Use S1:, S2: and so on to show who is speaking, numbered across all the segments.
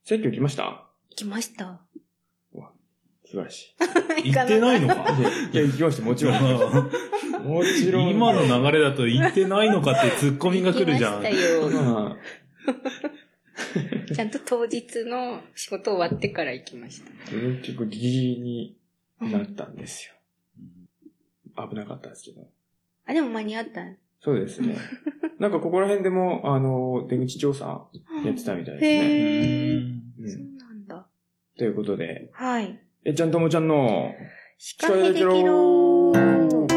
S1: 選挙行きました？
S2: 行きました。
S1: 素晴らし
S3: い。行ってないのか
S1: いや、行きました、もちろん。もちろん。
S3: 今の流れだと行ってないのかってツッコミが来るじゃん。
S2: 行きましたよ。ちゃんと当日の仕事終わってから行きました。
S1: 結構ギリギリになったんですよ。危なかったですけど。
S2: あ、でも間に合った。
S1: そうですね。なんかここら辺でも、出口調査やってたみたいですね。
S2: そうなんだ。
S1: ということで。
S2: はい。
S1: ちゃんともちゃんの、
S2: 司会できろー。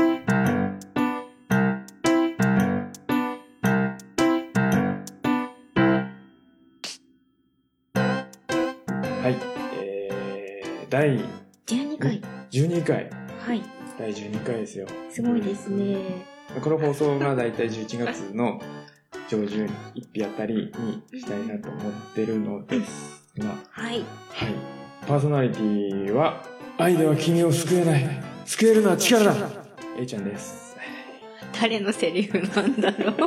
S1: はい。第
S2: 12回。
S1: 12回。
S2: はい。
S1: 第12回ですよ。
S2: すごいですね。
S1: この放送がだいたい11月の上旬1日あたりにしたいなと思ってるのですが。
S2: はい。はい。
S1: パーソナリティは、愛では君を救えない。救えるのは力だ。A ちゃんです。
S2: 誰のセリフなんだろう。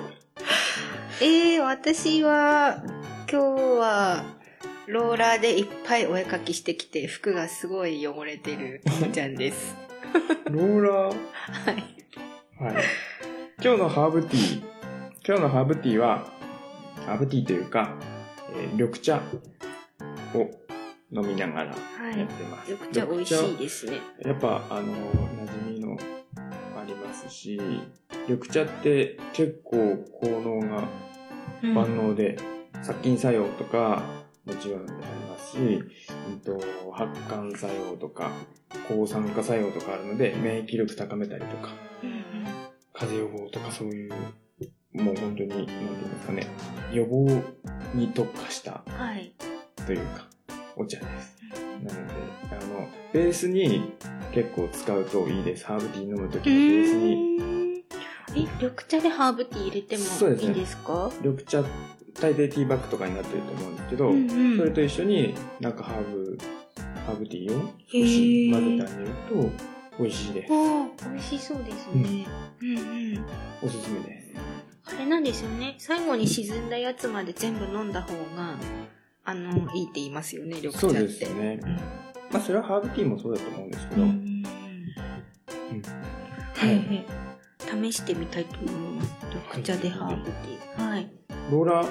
S2: 私は、今日は、ローラーでいっぱいお絵描きしてきて、服がすごい汚れてるともちゃんです。
S1: ローラー？はい。はい。今日のハーブティーは、ハーブティーというか、緑茶を飲みながらやってます。
S2: はい、緑茶美味しいですね。
S1: やっぱ、馴染みのありますし、緑茶って結構効能が万能で、殺菌作用とか、もちろんありますし、発汗作用とか、抗酸化作用とかあるので、免疫力高めたりとか、風邪予防とかそういう、もう本当に、なんていうんですかね、予防に特化した、というか、お茶です。なので、ベースに結構使うといいです。ハーブティー飲むときのベースに。
S2: 緑茶でハーブティー入れてもいいですか？
S1: そうですね。緑茶、大抵ティーバッグとかになってると思うんですけど、それと一緒になんかハーブティーを少し混ぜてあげると美味しいです。
S2: 美味しそうですね。
S1: おすすめです。
S2: あれなんですよね。最後に沈んだやつまで全部飲んだ方が、いいって言いますよね、緑茶って。
S1: そうですね。まあ、それはハーブティーもそうだと思うんですけど。
S2: はい。試してみたいと思います。緑茶でハーブティー。はい。
S1: ローラー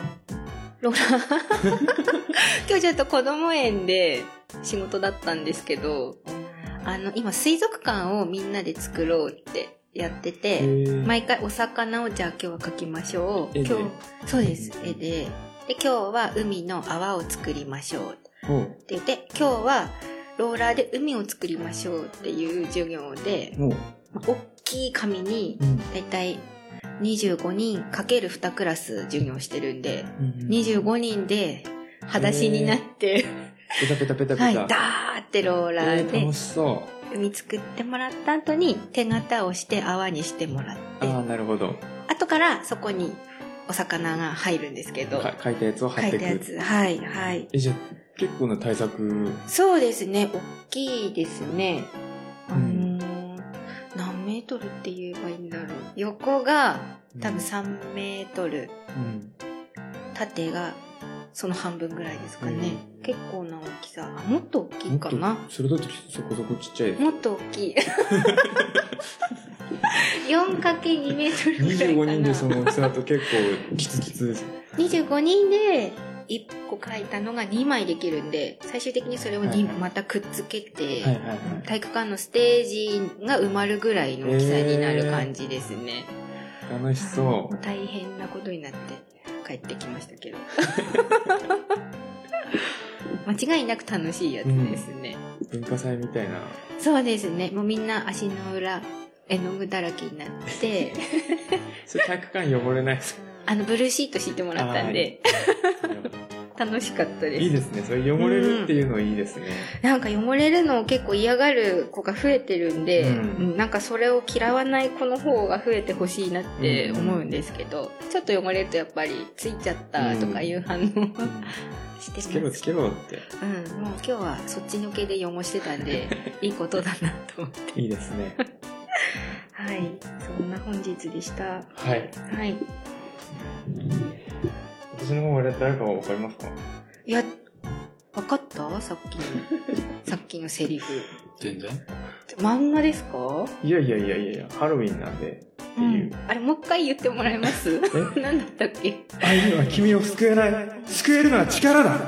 S2: 今日ちょっと子供園で仕事だったんですけど、今水族館をみんなで作ろうってやってて、毎回お魚をじゃあ今日は描きましょう。そうです、絵で。で、今日は海の泡を作りましょう。って言って、今日はローラーで海を作りましょうっていう授業で、大きい紙にだいたい25人かける2クラス授業してるんで、25人で裸足になって、
S1: ペタペタペタペタ。
S2: はい、ダーってローラーで、
S1: 楽しそう。
S2: 海作ってもらった後に手形をして泡にしてもらって、
S1: なるほど。
S2: 後からそこにお魚が入るんですけど、
S1: 書いたやつを貼っていく。
S2: 書いたやつ、はい、はい。
S1: じゃあ結構な対策。
S2: そうですね、大きいですね。何メートルって言えばいいんだろう。横が多分3メートル、縦がその半分ぐらいですかね。結構な大きさ。もっと大きいかな。
S1: それだとそこそこちっちゃいです。
S2: もっと大きい。4×2 メートルぐらいかな。
S1: 25人でその大きさだと結構キツキツです。
S2: 25人で1個書いたのが2枚できるんで、最終的にそれをまたくっつけて、体育館のステージが埋まるぐらいの大きさになる感じですね。
S1: 楽しそう。
S2: 大変なことになって帰ってきましたけど。間違いなく楽しいやつですね。
S1: 文化祭みたいな。
S2: そうですね。もうみんな足の裏、絵の具だらけになって。
S1: それ体育館汚れないですか？
S2: ブルーシート敷いてもらったんで。楽しかったです。
S1: いいですね。それ汚れるっていうのいいですね。
S2: なんか汚れるのを結構嫌がる子が増えてるんで、なんかそれを嫌わない子の方が増えてほしいなって思うんですけど、ちょっと汚れるとやっぱりついちゃったとかいう反応してます。
S1: つけろって。
S2: もう今日はそっちのけで汚してたんで、いいことだなと思って。
S1: いいですね。
S2: はい。そんな本日でした。
S1: はい。
S2: はい。
S1: 私の方は誰かはわかりますか？
S2: いや、 わかったさっきのセリフ。
S3: 全然。
S2: 漫画ですか？
S1: いや、ハロウィンなんで、っていう。
S2: あれ、もう一回言ってもらえます？何だったっけ？
S1: 愛には君を救えない。救えるのは力だ。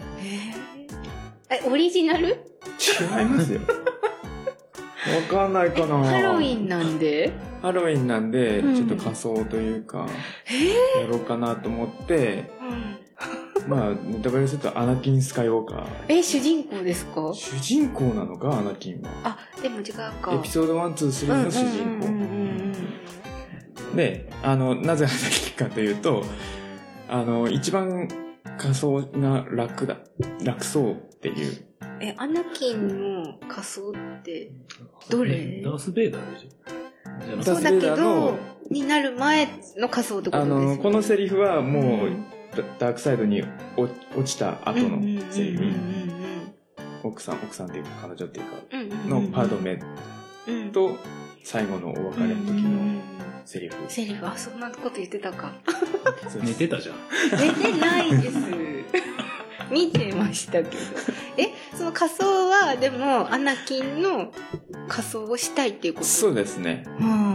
S2: オリジナル？
S1: 違いますよ。わかんないかな。
S2: ハロウィンなんで？
S1: ハロウィンなんで、ちょっと仮装というか、やろうかなと思って、まあ、ネタバレするとアナキン・スカイウォーカー。
S2: 主人公ですか？
S1: 主人公なのか、アナキンは。
S2: あ、でも違うか。
S1: エピソード1、2、3の主人公。で、なぜアナキンかというと、一番仮装が楽そうっていう。
S2: アナキンの仮装ってどれ？
S3: ダース・ベイダーでしょ。
S2: そうだけどになる前の仮装ってことですよね。
S1: このセリフはもう、ダークサイドに落ちた後のセリフ。奥さんっていうか彼女っていうかのパドメと最後のお別れの時のセリフ。
S2: あ、そんなこと言ってたか。
S3: 寝てたじゃん。
S2: 寝てないです。見てましたけど。その仮装はでもアナキンの仮装をしたいっていうこと？
S1: そうですね。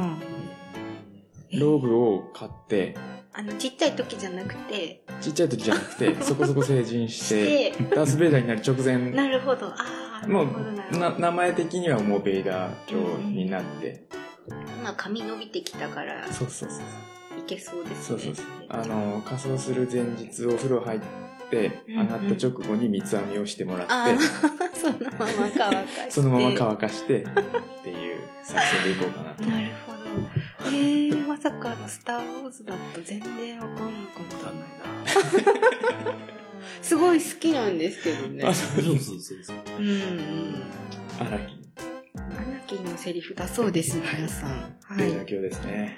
S1: ローブを買って、
S2: ちっちゃい時じゃなくて、
S1: そこそこ成人して、ダース・ベイダーになる直前。
S2: なるほど。
S1: もう、名前的にはもうベイダー教になって。
S2: まあ、髪伸びてきたから、
S1: そう。
S2: いけそうですね。
S1: そう。仮装する前日お風呂入って、上がった直後に三つ編みをしてもらって、
S2: そのまま
S1: 乾かして、っていう作戦でいこうかなと。
S2: なるほど。まさかスター・ウォーズだと全然わかんなかったな。すごい好きなんですけどね。
S3: そう。
S1: アナ
S2: キンのセリフだそうです、皆さん。
S1: ベイダー教ですね。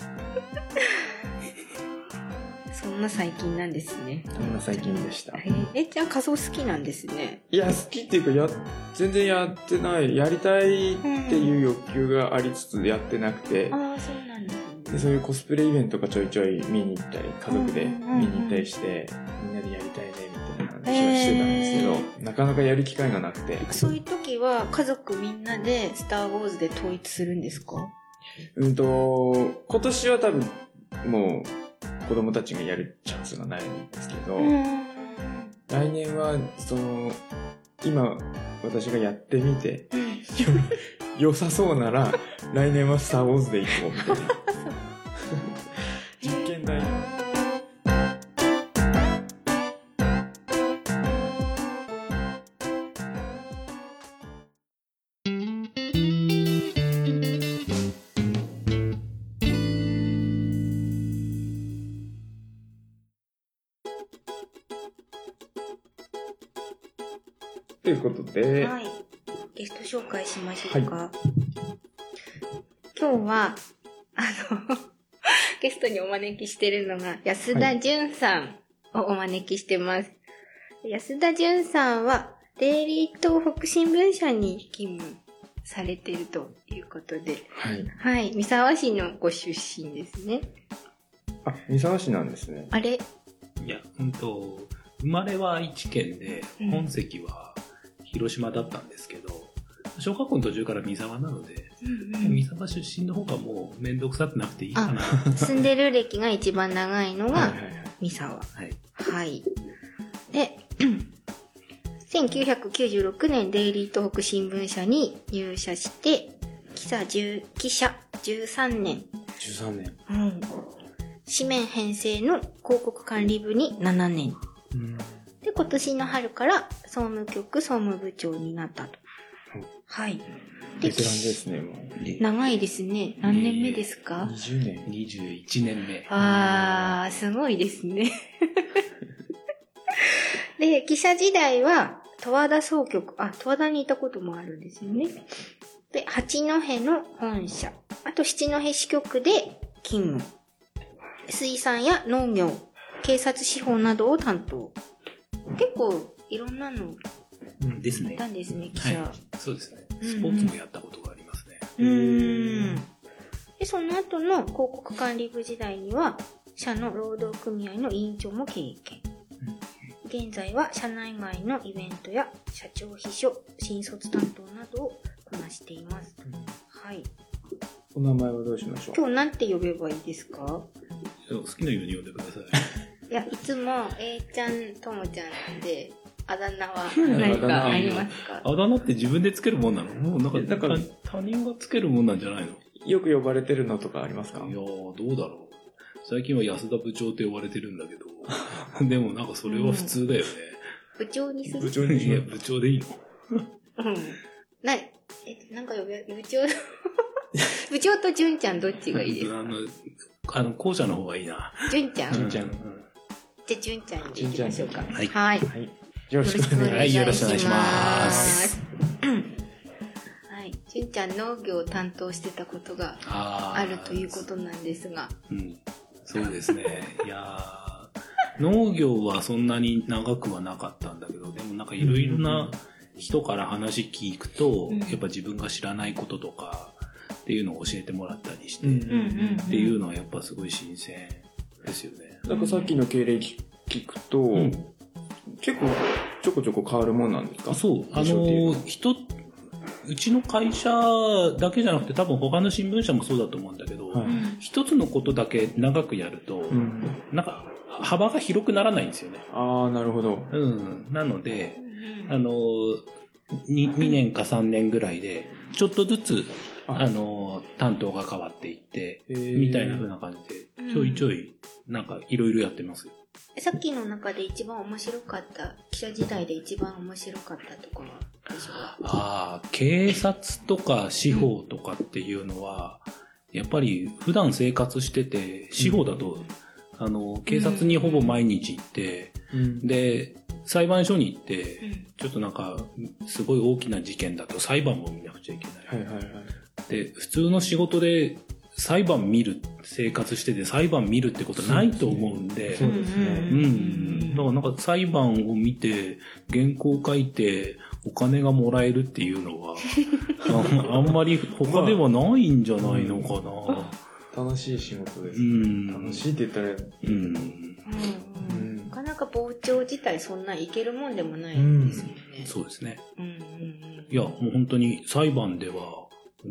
S2: そんな最近なんですね。
S1: そんな最近でした。
S2: じゃあ仮装好きなんですね。
S1: いや、好きっていうか、全然やってない。やりたいっていう欲求がありつつやってなくて。
S2: そうなんですね。
S1: そういうコスプレイベントがちょいちょい見に行ったり、家族で見に行ったりして、みんなでやりたいね、みたいな話をしてたんですけど、なかなかやる機会がなくて。
S2: そういう時は家族みんなでスター・ウォーズで統一するんですか？
S1: 今年は多分、もう、子供たちがやるチャンスがないんですけど、来年は今私がやってみて、良さそうなら来年はスター・ウォーズで行こうみたいな実験台。ということで、
S2: ゲスト紹介しましょうか。今日はゲストにお招きしてるのが安田純さんをお招きしてます。安田純さんはデイリー東北新聞社に勤務されているということで、三沢市のご出身ですね。
S1: 三沢市なんですね。
S3: いや、生まれは愛知県で、本籍は広島だったんですけど、小学校の途中から三沢なので、三沢出身の方がもうめんどくさくなくていいかな。
S2: 住んでる歴が一番長いのが三沢。で、1996年デイリー東北新聞社に入社して、記者13年。紙面編成の広告管理部に7年。で、今年の春から総務局総務部長になったと。
S1: ベテランですね、もう。
S2: 長いですね。何年目ですか
S1: ？20年。
S3: 21年目。
S2: すごいですね。で、記者時代は、十和田総局、十和田にいたこともあるんですよね。で、八戸の本社、あと七戸支局で勤務。水産や農業、警察司法などを担当。結構、いろんなの、
S3: ですね。
S2: いたんですね、記者。
S3: そうですね。スポーツもやったことがありますね。
S2: で、その後の広告管理部時代には、社の労働組合の委員長も経験。 現在は社内外のイベントや社長秘書、新卒担当などをこなしています。はい。
S1: お名前はどうしましょう？
S2: 今日なんて呼べばいいですか？
S3: 好きなように呼んでください。
S2: いや、いつも A ちゃん、ともちゃんで、あだ名は何かありますか？
S3: あだ名って自分でつけるもんなの？もうなんか他人がつけるもんなんじゃないの？
S1: よく呼ばれてるのとかありますか？
S3: いやー、どうだろう。最近は安田部長って呼ばれてるんだけど。でもなんかそれは普通だよね。
S2: 部長にする？
S1: 部長にしよう。
S3: 部長でいいの？
S2: うん。なんか呼べ、部長、部長と純ちゃんどっちがいいですか？
S3: 後者の方がいいな。
S2: 純ちゃん？
S1: 純ちゃん。
S2: じゃあ純ちゃんでいきましょうか。
S3: はい。
S2: はい。
S1: よろしくお願いします。
S3: よろしくお願いします。
S2: はい。純ちゃん農業を担当してたことがあるということなんですが。
S3: うん。そうですね。いやー、農業はそんなに長くはなかったんだけど、でもなんかいろいろな人から話聞くと、やっぱ自分が知らないこととかっていうのを教えてもらったりして、っていうのはやっぱすごい新鮮ですよね。
S1: なんかさっきの経歴聞くと、結構ちょこちょこ変わるもんなんですか？
S3: そう。うちの会社だけじゃなくて多分他の新聞社もそうだと思うんだけど、一つのことだけ長くやると、なんか幅が広くならないんですよね。
S1: ああ、なるほど。
S3: なので、2年か3年ぐらいで、ちょっとずつ、担当が変わっていって、みたいな風な感じで、ちょいちょい、なんかいろいろやってますよ。
S2: さっきの中で一番面白かった、記者時代で一番面白かったところでしょうか？
S3: 警察とか司法とかっていうのは、やっぱり普段生活してて、司法だと、警察にほぼ毎日行って、で、裁判所に行って、ちょっとなんか、すごい大きな事件だと裁判も見なくちゃいけない。で、普通の仕事で裁判見る、生活してて裁判見るってことないと思うんで、
S1: そうですね。
S3: だからなんか裁判を見て、原稿書いて、お金がもらえるっていうのは、あんまり他ではないんじゃないのかな。
S1: 楽しい仕事です。楽しいって言ったら、
S2: なかなか傍聴自体そんないけるもんでもないんですよね。
S3: そうですね。いや、もう本当に裁判では、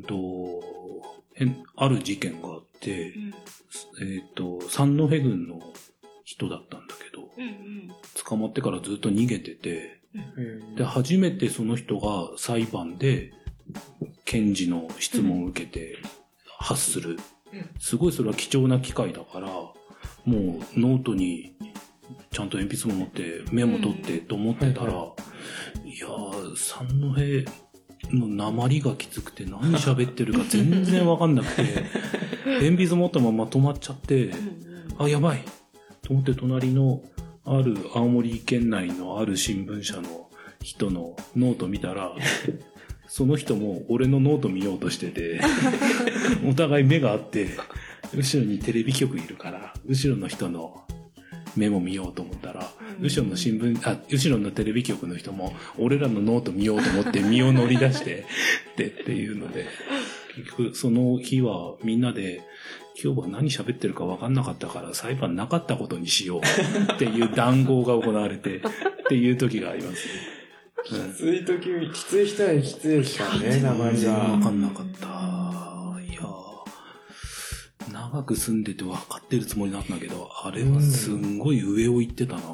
S3: ある事件があって、三戸郡の人だったんだけど、捕まってからずっと逃げてて、で、初めてその人が裁判で検事の質問を受けて発する。すごいそれは貴重な機会だから、もうノートにちゃんと鉛筆も持ってメモ取ってと思ってたら、いやー、三戸の訛りがきつくて何喋ってるか全然わかんなくて、鉛筆持ったまま止まっちゃって、やばいと思って隣のある青森県内のある新聞社の人のノート見たら、その人も俺のノート見ようとしてて、お互い目があって、後ろにテレビ局いるから、後ろの人のメモ見ようと思ったら、後ろのテレビ局の人も、俺らのノート見ようと思って身を乗り出して、っていうので、結局その日はみんなで、今日は何喋ってるか分かんなかったから裁判なかったことにしようっていう談合が行われてっていう時がありますね。
S1: きつい時、きつい人はきついですからね、名前が。
S3: 分かんなかった。いや長く住んでて分かってるつもりなんだけど、あれはすんごい上を行ってたな。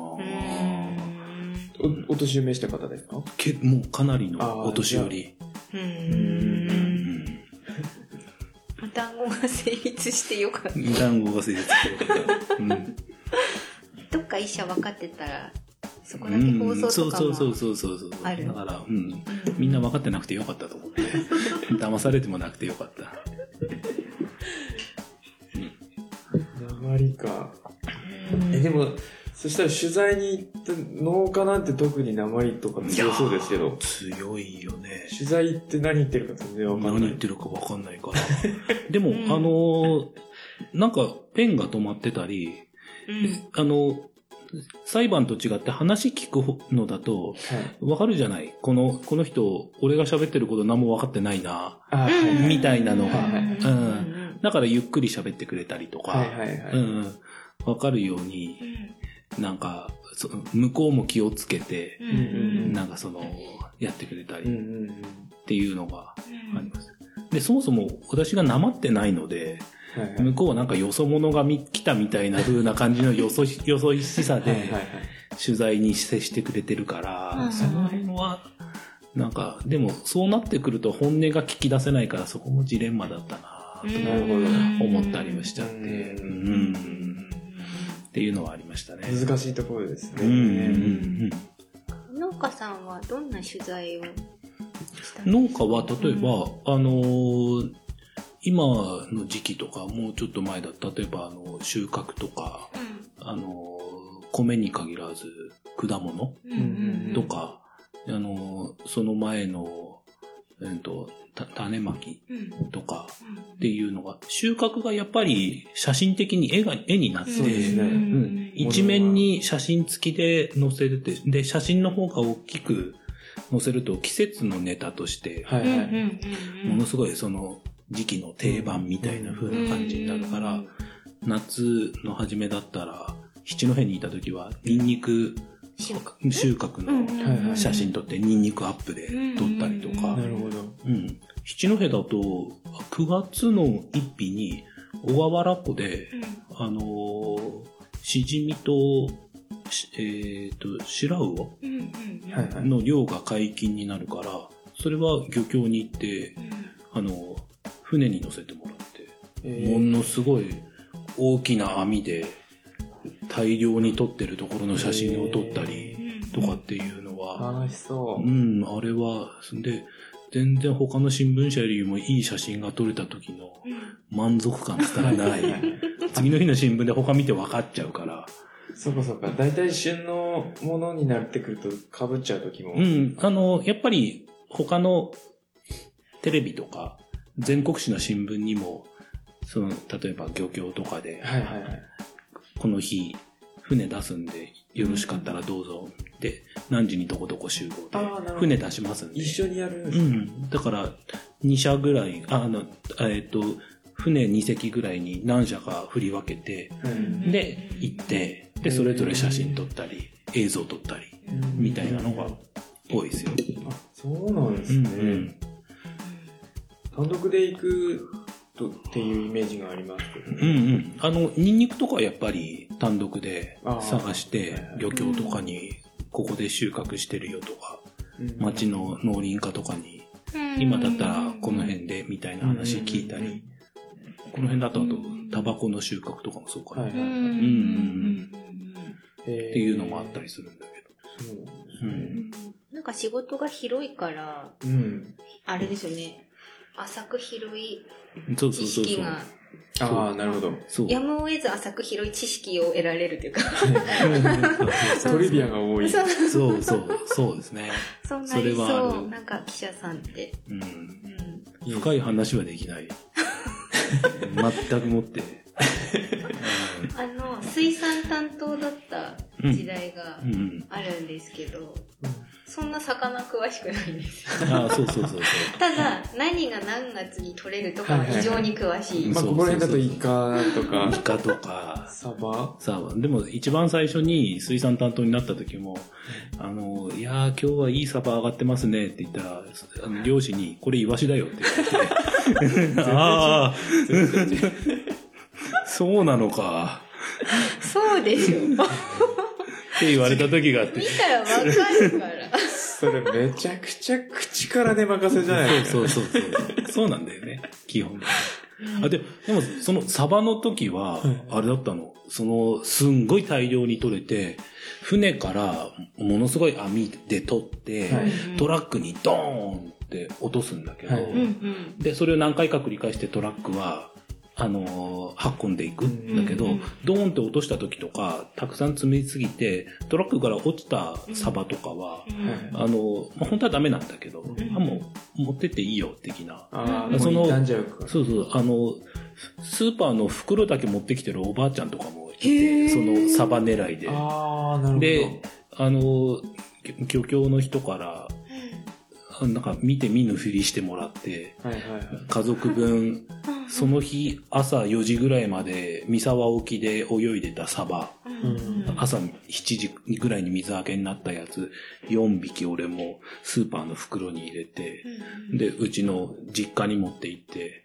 S1: お年埋めした方ですか？
S3: もうかなりのお年寄り。
S2: 談合が成立してよかった。
S3: 談合が成立してよかった。
S2: どっか医者分かってたら、そこだけ放送とかもある。
S3: だから、みんな分かってなくてよかったと思って。騙されてもなくてよかった。
S1: 訛か。でも、そしたら取材に行った農家なんて特に訛とか強そうですけど。
S3: 強いよね。
S1: 取材行って何言ってるか全然わかんない。
S3: 何言ってるかわかんないから。でも、なんかペンが止まってたり、裁判と違って話聞くのだと、わかるじゃない。この人、俺が喋ってること何も分かってないな、みたいなのが。だからゆっくり喋ってくれたりとか、わかるように、 なんか、向こうも気をつけて、なんかやってくれたりっていうのがあります。で、そもそも私がなまってないので、向こうはなんかよそ者が来たみたいな風な感じのよそいしさで取材に接してくれてるから、その辺は、なんか、でもそうなってくると本音が聞き出せないからそこもジレンマだったなと思ったりもしちゃって、っていうのはありましたね。
S1: 難しいところですね。
S2: 農家さんはどんな取材をしたんですか？
S3: 農家は例えば、今の時期とかもうちょっと前だった例えば収穫とか、米に限らず果物とか、その前の、種まきとかっていうのが、収穫がやっぱり写真的に絵になって、一面に写真付きで載せるって、で、写真の方が大きく載せると季節のネタとして、ものすごいその時期の定番みたいな風な感じになるから、夏の初めだったら、七戸にいた時はニンニク収穫の写真撮ってニンニクアップで撮ったりとか。
S1: なるほど。
S3: 七戸だと9月の1日に小川原湖で、しじみと、白魚の漁が解禁になるから、それは漁協に行って、船に乗せてもらって、ものすごい大きな網で大量に撮ってるところの写真を撮ったりとかっていうのは、
S1: 楽しそう。
S3: あれは、で、全然他の新聞社よりもいい写真が撮れた時の満足感ったらない。次の日の新聞で他見て分かっちゃうから。
S1: そうか。だいたい旬のものになってくると被っちゃう時も。
S3: やっぱり他のテレビとか全国紙の新聞にも、例えば漁協とかで、この日船出すんでよろしかったらどうぞで、何時にどこどこ集合で船出しますんで。
S1: 一緒にやるんですか？
S3: だから2社ぐらい、船2隻ぐらいに何社か振り分けて、で行って、でそれぞれ写真撮ったり映像撮ったりみたいなのが多いですよ。
S1: そうなんですね。単独で行くっていうイメージがありますけどね。
S3: ニンニクとかはやっぱり単独で探して、漁協とかにここで収穫してるよとか、町の農林課とかに、今だったらこの辺でみたいな話聞いたり、この辺だとあとタバコの収穫とかもそうかな。っていうのもあったりするんだけど。そう
S2: ですね。なんか仕事が広いから、あれですよね。浅く広い知識が。
S1: なるほど。
S2: やむを得ず浅く広い知識を得られるというか。
S1: トリビアが多い。
S3: そうですね。
S2: そんなにそう、なんか記者さんって。
S3: 深い話はできない。全くもって。
S2: 水産担当だった時代があるんですけど、そんな魚詳しくないんですよ。
S3: そう。
S2: ただ、何が何月に取れるとかは非常に詳しい。
S1: ここら辺だとイカとか。
S3: サバ。でも一番最初に水産担当になった時も、いやー今日はいいサバ上がってますねって言ったら、漁師にこれイワシだよって言われて。ああ。そうなのか。
S2: そうでしょ。
S3: って言われた時があって。
S2: 見たらわかるから。
S1: それめちゃくちゃ口から根任せじゃないですか。
S3: そうなんだよね。基本。でもそのサバの時は、あれだったの。すんごい大量に取れて、船からものすごい網で取って、トラックにドーンって落とすんだけど、で、それを何回か繰り返してトラックは、運んでいくんだけど、ドーンって落とした時とか、たくさん積みすぎて、トラックから落ちたサバとかは、本当はダメなんだけど、もう持ってっていいよ、的な。そうそう、スーパーの袋だけ持ってきてるおばあちゃんとかもいて、そのサバ狙いで。
S1: なるほど。
S3: で、漁協の人から、なんか見て見ぬふりしてもらって、家族分、その日朝4時ぐらいまで三沢沖で泳いでたサバ朝7時ぐらいに水揚げになったやつ4匹俺もスーパーの袋に入れて、でうちの実家に持って行って、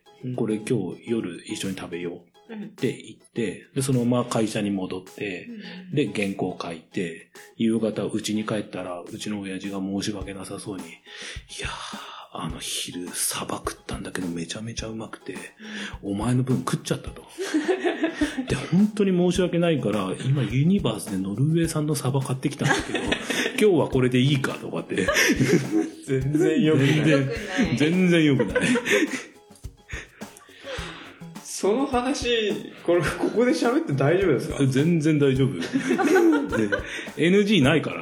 S3: これ今日夜一緒に食べようって言って、でそのまま会社に戻って、で原稿書いて、夕方うちに帰ったらうちの親父が申し訳なさそうに、いやー昼サバ食ったんだけどめちゃめちゃうまくて、お前の分食っちゃったと。で本当に申し訳ないから今ユニバースでノルウェー産のサバ買ってきたんだけど今日はこれでいいかとかって
S1: 全然良くない。
S3: 全然良くない。
S1: その話ここで喋って大丈夫ですか？
S3: 全然大丈夫。で NG ないから。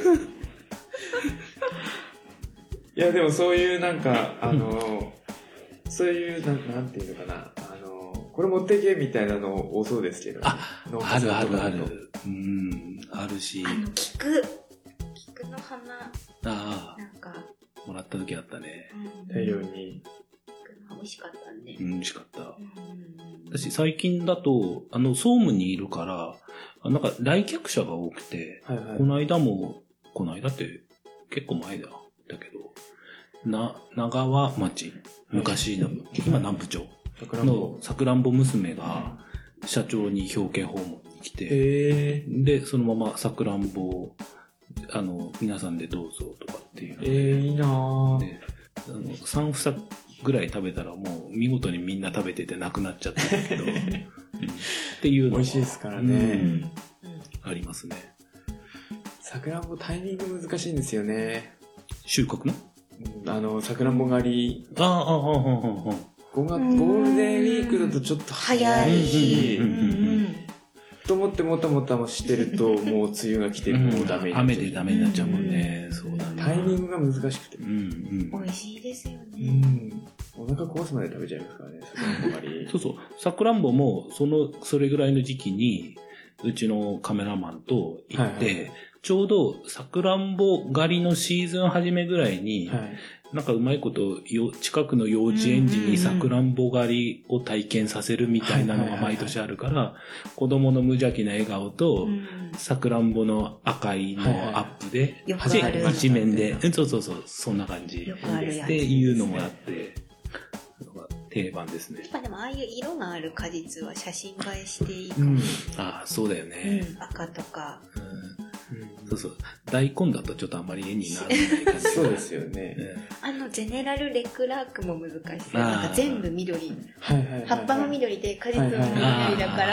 S1: いやでもそういうなんかそういうなんていうのかな、これ持ってけみたいなの多そうですけど、ね、
S3: ある。あるし、
S2: 菊の花
S3: なんかもらった時あったね。
S1: 大量に。
S2: 美味しかったね。
S3: 美味しかった。私最近だと総務にいるからなんか来客者が多くて、この間って結構前だけど。長和町、昔の、今南部町のさくらんぼ娘が社長に表敬訪問に来て、で、そのままさくらんぼを、皆さんでどうぞとかっていうので、
S1: いいなぁ。
S3: で、3房ぐらい食べたらもう見事にみんな食べててなくなっちゃったんだけど、っていうのは
S1: 美味しいですからね。
S3: ありますね。
S1: さくらんぼタイミング難しいんですよね。
S3: 収穫の
S1: さくらんぼ狩り。
S3: ゴ
S1: ールデンウィークだとちょっと早いし、と思ってもたもたもしてると、もう梅雨が来てもうダメになっちゃう。
S3: 雨でダメになっちゃうもんね。そうだね。
S1: タイミングが難しくて。
S2: 美味しいですよね。
S1: お腹壊すまで食べちゃいますからね、さくらんぼ狩り。
S3: そうそう。さくらんぼも、それぐらいの時期に、うちのカメラマンと行って、ちょうどさくらんぼ狩りのシーズン初めぐらいに、なんかうまいこと近くの幼稚園児にさくらんぼ狩りを体験させるみたいなのが毎年あるから、子供の無邪気な笑顔とさくらんぼの赤いのアップで、一面で、そうそんな感じっていうのもあって定番ですね。
S2: やっぱでもああいう色がある果実は写真映えしていいかも。
S3: ああ、そうだよね。
S2: 赤とか。
S3: そうそう。大根だとちょっとあんまり絵にならない感じ。
S1: そうですよね。
S2: ゼネラルレクラークも難しい。なんか全部緑。葉っぱも緑で果実も緑だから、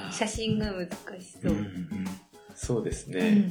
S2: 写真が難しそう。
S1: そうですね。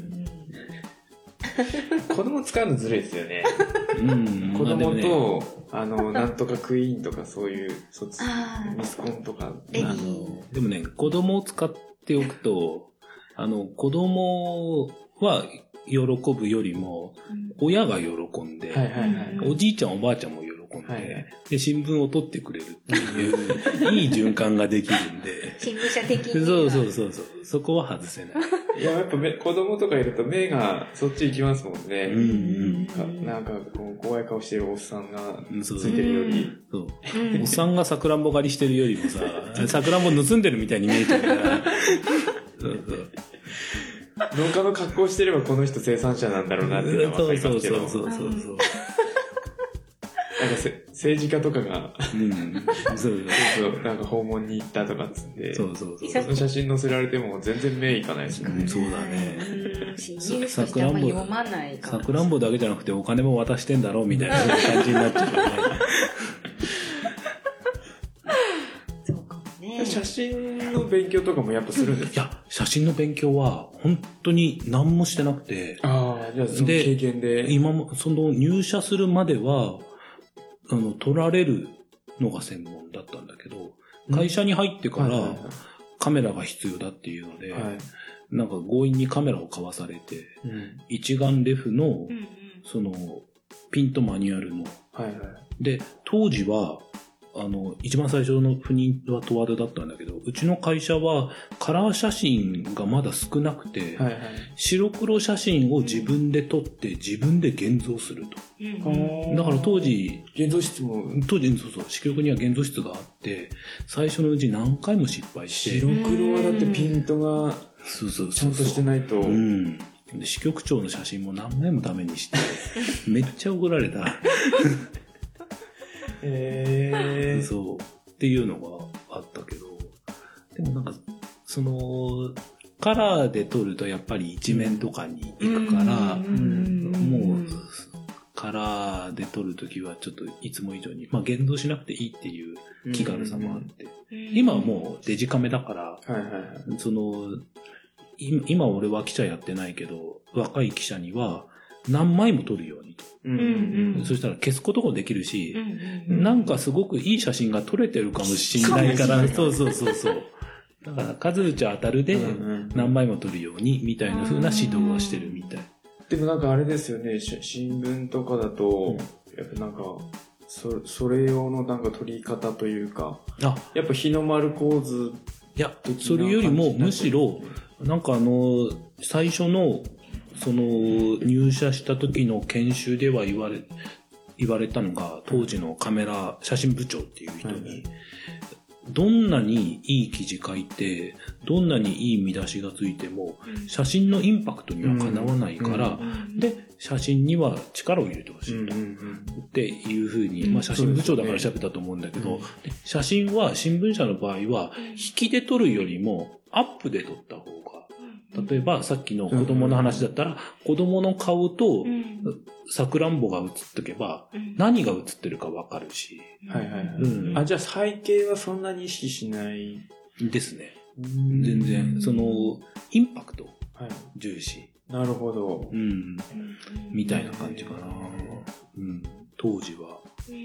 S1: 子供使うのずるいですよね。子供と、なんとかクイーンとかそういう、ミスコンとか。
S3: でもね、子供を使っておくと、子供は喜ぶよりも、親が喜んで、おじいちゃんおばあちゃんも喜んで、で、新聞を取ってくれるっていう、いい循環ができるんで。
S2: 新聞社的に。
S3: そう。そこは外せない。
S1: いや、やっぱ子供とかいると目がそっち行きますもんね。なんか、怖い顔してるおっさんがついてるより。
S3: おっさんがさくらんぼ狩りしてるよりもさ、さくらんぼ盗んでるみたいに見えちゃうから。
S1: 農家の格好してればこの人生産者なんだろうなっていうのは分かりますけど。そう。なんか政治家とかが、なんか訪問に行ったとかっつって、その写真載せられても全然目いかないですよね。
S3: そうだね。
S2: さくらんぼ読まないか。
S3: さくらんぼだけじゃなくてお金も渡してんだろうみたいな感じになっちゃうからね。
S1: 写真の勉強とかもやっぱするんですか？
S3: いや、写真の勉強は本当に何もしてなくて。
S1: じゃあその経験で。
S3: 今も、入社するまでは、撮られるのが専門だったんだけど、会社に入ってからカメラが必要だっていうので、なんか強引にカメラを買わされて、一眼レフの、ピントマニュアルの。で、当時は、一番最初の赴任は十和田だったんだけど、うちの会社はカラー写真がまだ少なくて、白黒写真を自分で撮って自分で現像すると。だから当時、
S1: 現像室も
S3: 支局には現像室があって、最初のうち何回も失敗して。
S1: 白黒はだってピントが
S3: そうそうそう。
S1: ちゃんとしてないと。
S3: うん。で支局長の写真も何枚もダメにして、めっちゃ怒られた。そう。っていうのがあったけど、でもなんか、カラーで撮るとやっぱり一面とかに行くから、もう、カラーで撮るときはちょっといつも以上に、まあ現像しなくていいっていう気軽さもあって、今はもうデジカメだから、今俺は記者やってないけど、若い記者には何枚も撮るようにと。そしたら消すこともできるし、なんかすごくいい写真が撮れてるかもしれないから、そう。だから数打ち当たるで何枚も撮るようにみたいな風な指導はしてるみたい。
S1: でもなんかあれですよね、新聞とかだと、やっぱなんか、それ用のなんか撮り方というか、やっぱ日の丸構図。
S3: いや、それよりもむしろ、なんか最初の、入社した時の研修では言われたのが、当時の写真部長っていう人に、どんなにいい記事書いて、どんなにいい見出しがついても、写真のインパクトにはかなわないから、で、写真には力を入れてほしいと。っていうふうに、まあ写真部長だから喋ったと思うんだけど、写真は新聞社の場合は、引きで撮るよりもアップで撮った方が、例えばさっきの子供の話だったら、子供の顔とさくらんぼが写っとけば、何が写ってるかわかるし。
S1: じゃあ背景はそんなに意識しない
S3: ですね。全然、インパクト重視。
S1: なるほど。
S3: みたいな感じかな。当時は。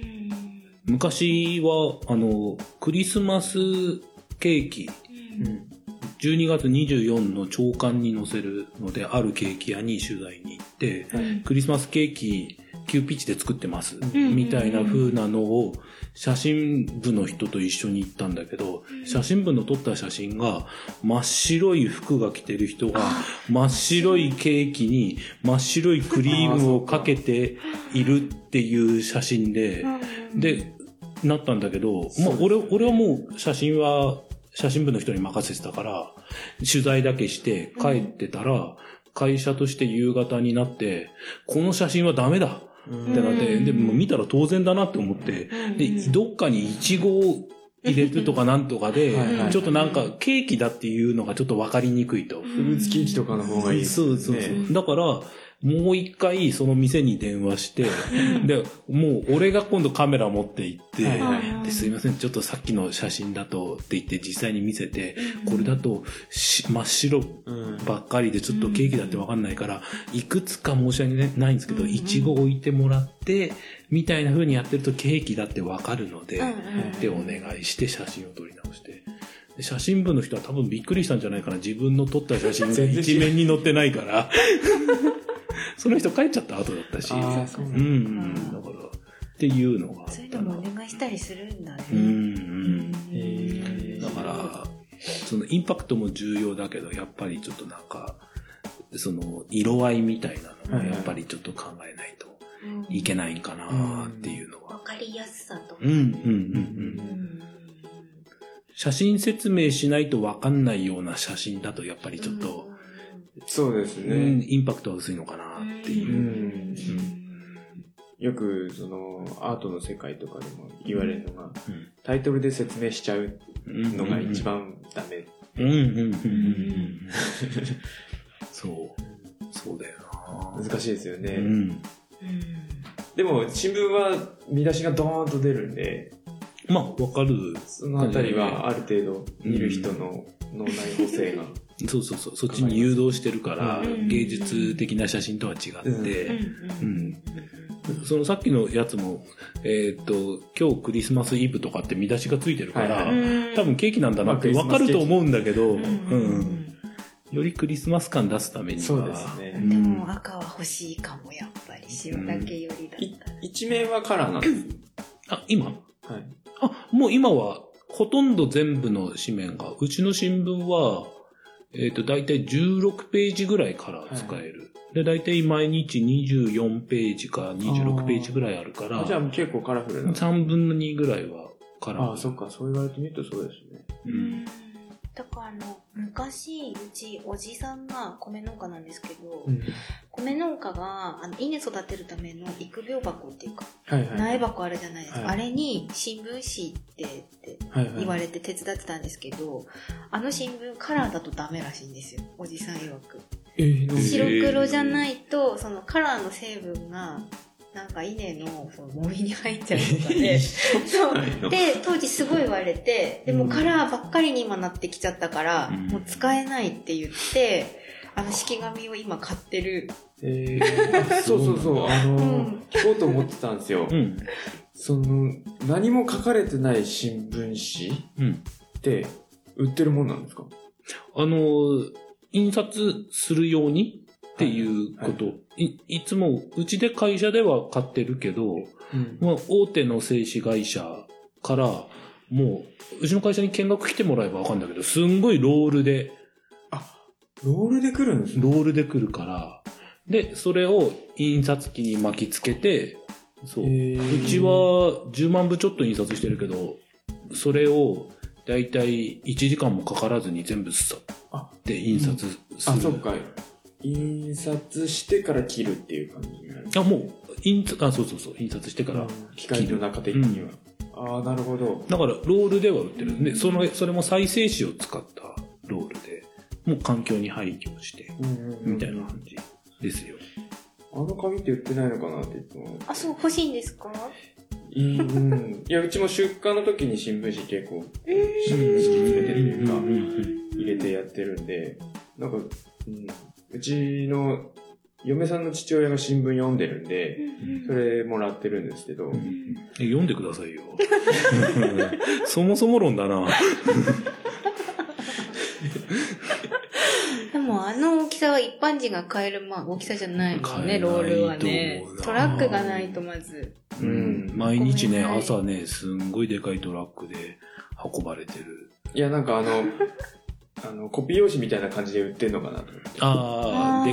S3: 昔は、クリスマスケーキ、12月24の朝刊に載せるので、あるケーキ屋に取材に行って、クリスマスケーキ、急ピッチで作ってます、みたいな風なのを、写真部の人と一緒に行ったんだけど、写真部の撮った写真が、真っ白い服が着てる人が、真っ白いケーキに真っ白いクリームをかけているっていう写真で、なったんだけど、まあ、俺はもう写真部の人に任せてたから、取材だけして帰ってたら、会社として夕方になって、この写真はダメだってなって、でも見たら当然だなって思って、で、どっかにイチゴを入れるとかなんとかで、ちょっとなんかケーキだっていうのがちょっとわかりにくいと。
S1: フルーツケーキとかの方がいいですね。
S3: そう。だから、もう一回その店に電話して、で、もう俺が今度カメラ持って行って、ですいません、ちょっとさっきの写真だとって言って実際に見せて、これだと真っ白ばっかりでちょっとケーキだってわかんないから、いくつか申し訳ないんですけど、いちご置いてもらって、みたいな風にやってるとケーキだってわかるので、でお願いして写真を撮り直して。写真部の人は多分びっくりしたんじゃないかな。自分の撮った写真が一面に載ってないから。その人帰っちゃった後だったし。だから、っていうのが。
S2: そういうのもお願いしたりするんだね。
S3: だから、インパクトも重要だけど、やっぱりちょっとなんか、色合いみたいなのもやっぱりちょっと考えないといけないんかなっていうのは。
S2: わかりやすさと。
S3: 写真説明しないとわかんないような写真だとやっぱりちょっと、
S1: そうですね。
S3: インパクトは薄いのかなっていう。
S1: よく、アートの世界とかでも言われるのが、タイトルで説明しちゃうのが一番ダメ。
S3: そうだよな。
S1: 難しいですよね。でも、新聞は見出しがドーンと出るんで、
S3: まあ、わかる。
S1: そのあたりはある程度見る人の脳内補正が。
S3: そう。そっちに誘導してるから、芸術的な写真とは違って、さっきのやつも、今日クリスマスイブとかって見出しがついてるから、多分ケーキなんだなってわかると思うんだけど、よりクリスマス感出すためには。
S1: そうですね。
S2: でも赤は欲しいかも、やっぱり。白だけよりだったら。
S1: 一面はカラーなんです。
S3: 今？はい。もう今は、ほとんど全部の紙面が、うちの新聞は、だいたい16ページぐらいカラー使える。で、だいたい毎日24ページか26ページぐらいあるから。
S1: じゃあ結構カラフルな。
S3: 3分の2ぐらいはカラー。
S1: そっか、そう言われてみるとそうですね。
S2: だから昔、うちおじさんが米農家なんですけど、米農家が稲育てるための育苗箱っていうか、苗箱あるじゃないですか。あれに新聞紙って言われて手伝ってたんですけど、あの新聞カラーだとダメらしいんですよ、おじさん曰く。白黒じゃないと、そのカラーの成分が、なんか稲の森に入っちゃうとかで、そう。で、当時すごい言われて、でもカラーばっかりに今なってきちゃったから、もう使えないって言って、式紙を今買ってる。
S1: そうそうそう、聞こうと思ってたんですよ。何も書かれてない新聞紙って売ってるもんなんですか？
S3: 印刷するようにっていうこと、いつもうちで会社では買ってるけど、まあ、大手の製紙会社からもううちの会社に見学来てもらえばわかるんだけど、すんごいロールで
S1: ロールで来るんですね。
S3: ロールで来るから、でそれを印刷機に巻きつけて、そう、うちは10万部ちょっと印刷してるけど、それをだいたい1時間もかからずに全部さって印刷する。
S1: そっか。印刷してから切るっていう感じになる。
S3: もう、そうそうそう、印刷してから。
S1: 機械の中的には。なるほど。
S3: だから、ロールでは売ってるんで、それも再生紙を使ったロールで、もう環境に配慮して、みたいな感じですよ。
S1: 紙って売ってないのかなっていつも。
S2: そう、欲しいんですか？
S1: いや、うちも出荷の時に新聞紙結構、敷き詰めてるというか、入れてやってるんで、なんか、うちの嫁さんの父親が新聞読んでるんで、それもらってるんですけど。
S3: 読んでくださいよ。そもそも論だな。
S2: でも大きさは一般人が買える、大きさじゃないもんね、ロールはね。トラックがないとまず。
S3: 毎日ね、朝ね、すんごいでかいトラックで運ばれてる。
S1: いや、なんかコピー用紙みたいな感じで売ってんのかなと思って。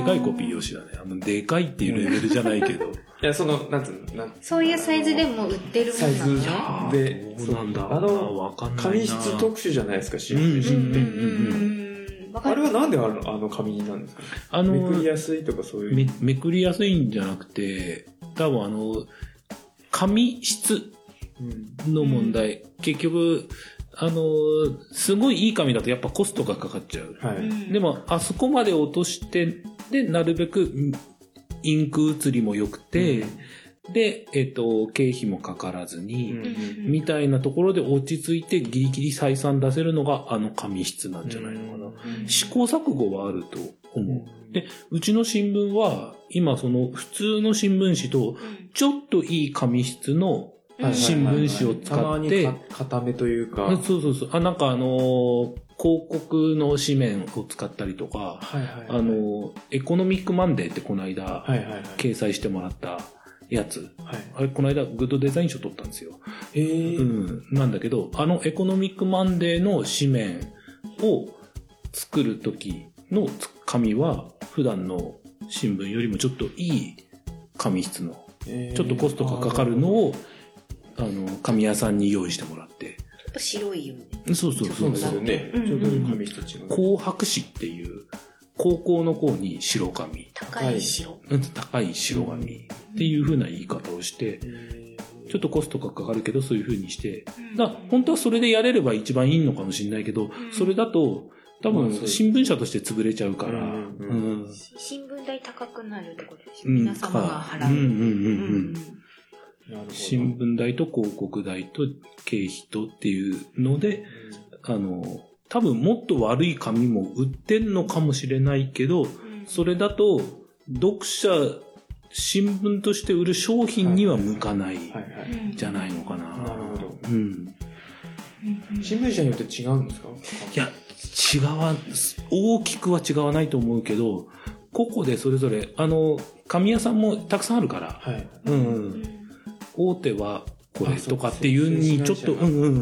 S3: でかいコピー用紙だね。でかいっていうレベルじゃないけど。
S1: いや、なんつうの
S2: そういうサイズでも売ってるもんなの？
S1: サイズで、
S3: そうなんだ。わかんないな。
S1: 紙質特殊じゃないですか、新聞紙って。あれはなんで紙なんですか？めくりやすいとかそういう。
S3: めくりやすいんじゃなくて、多分紙質の問題。結局、すごいいい紙だとやっぱコストがかかっちゃう。でも、あそこまで落として、で、なるべくインク写りも良くて、で、経費もかからずに、みたいなところで落ち着いてギリギリ採算出せるのが紙質なんじゃないのかな。試行錯誤はあると思う。で、うちの新聞は、今普通の新聞紙と、ちょっといい紙質の新聞紙を使って、
S1: 固めというか。
S3: そうそうそう。なんか広告の紙面を使ったりとか、エコノミックマンデーってこの間、掲載してもらったやつ。あれ、この間、グッドデザイン賞取ったんですよ。なんだけど、エコノミックマンデーの紙面を作る時の紙は、普段の新聞よりもちょっといい紙質の、ちょっとコストがかかるのを、紙屋さんに用意してもらって。
S2: ちょっと白いよね。
S1: そうですよね。ちょっと紙質違う。
S3: 紅白紙っていう、高校の校に白紙。
S2: 高い白。
S3: 高い白紙っていう風な言い方をして、ちょっとコストがかかるけどそういう風にして、本当はそれでやれれば一番いいのかもしれないけど、それだと多分新聞社として潰れちゃうから。
S2: 新聞代高くなるってことですよ。皆様が払う。
S3: 新聞代と広告代と経費とっていうので、多分もっと悪い紙も売ってんのかもしれないけど、それだと読者、新聞として売る商品には向かないじゃないのかな。
S1: なるほど。新聞社によって違うんですか？
S3: いや、大きくは違わないと思うけど、個々でそれぞれ、紙屋さんもたくさんあるから、大手はこれとかっていうにちょっと、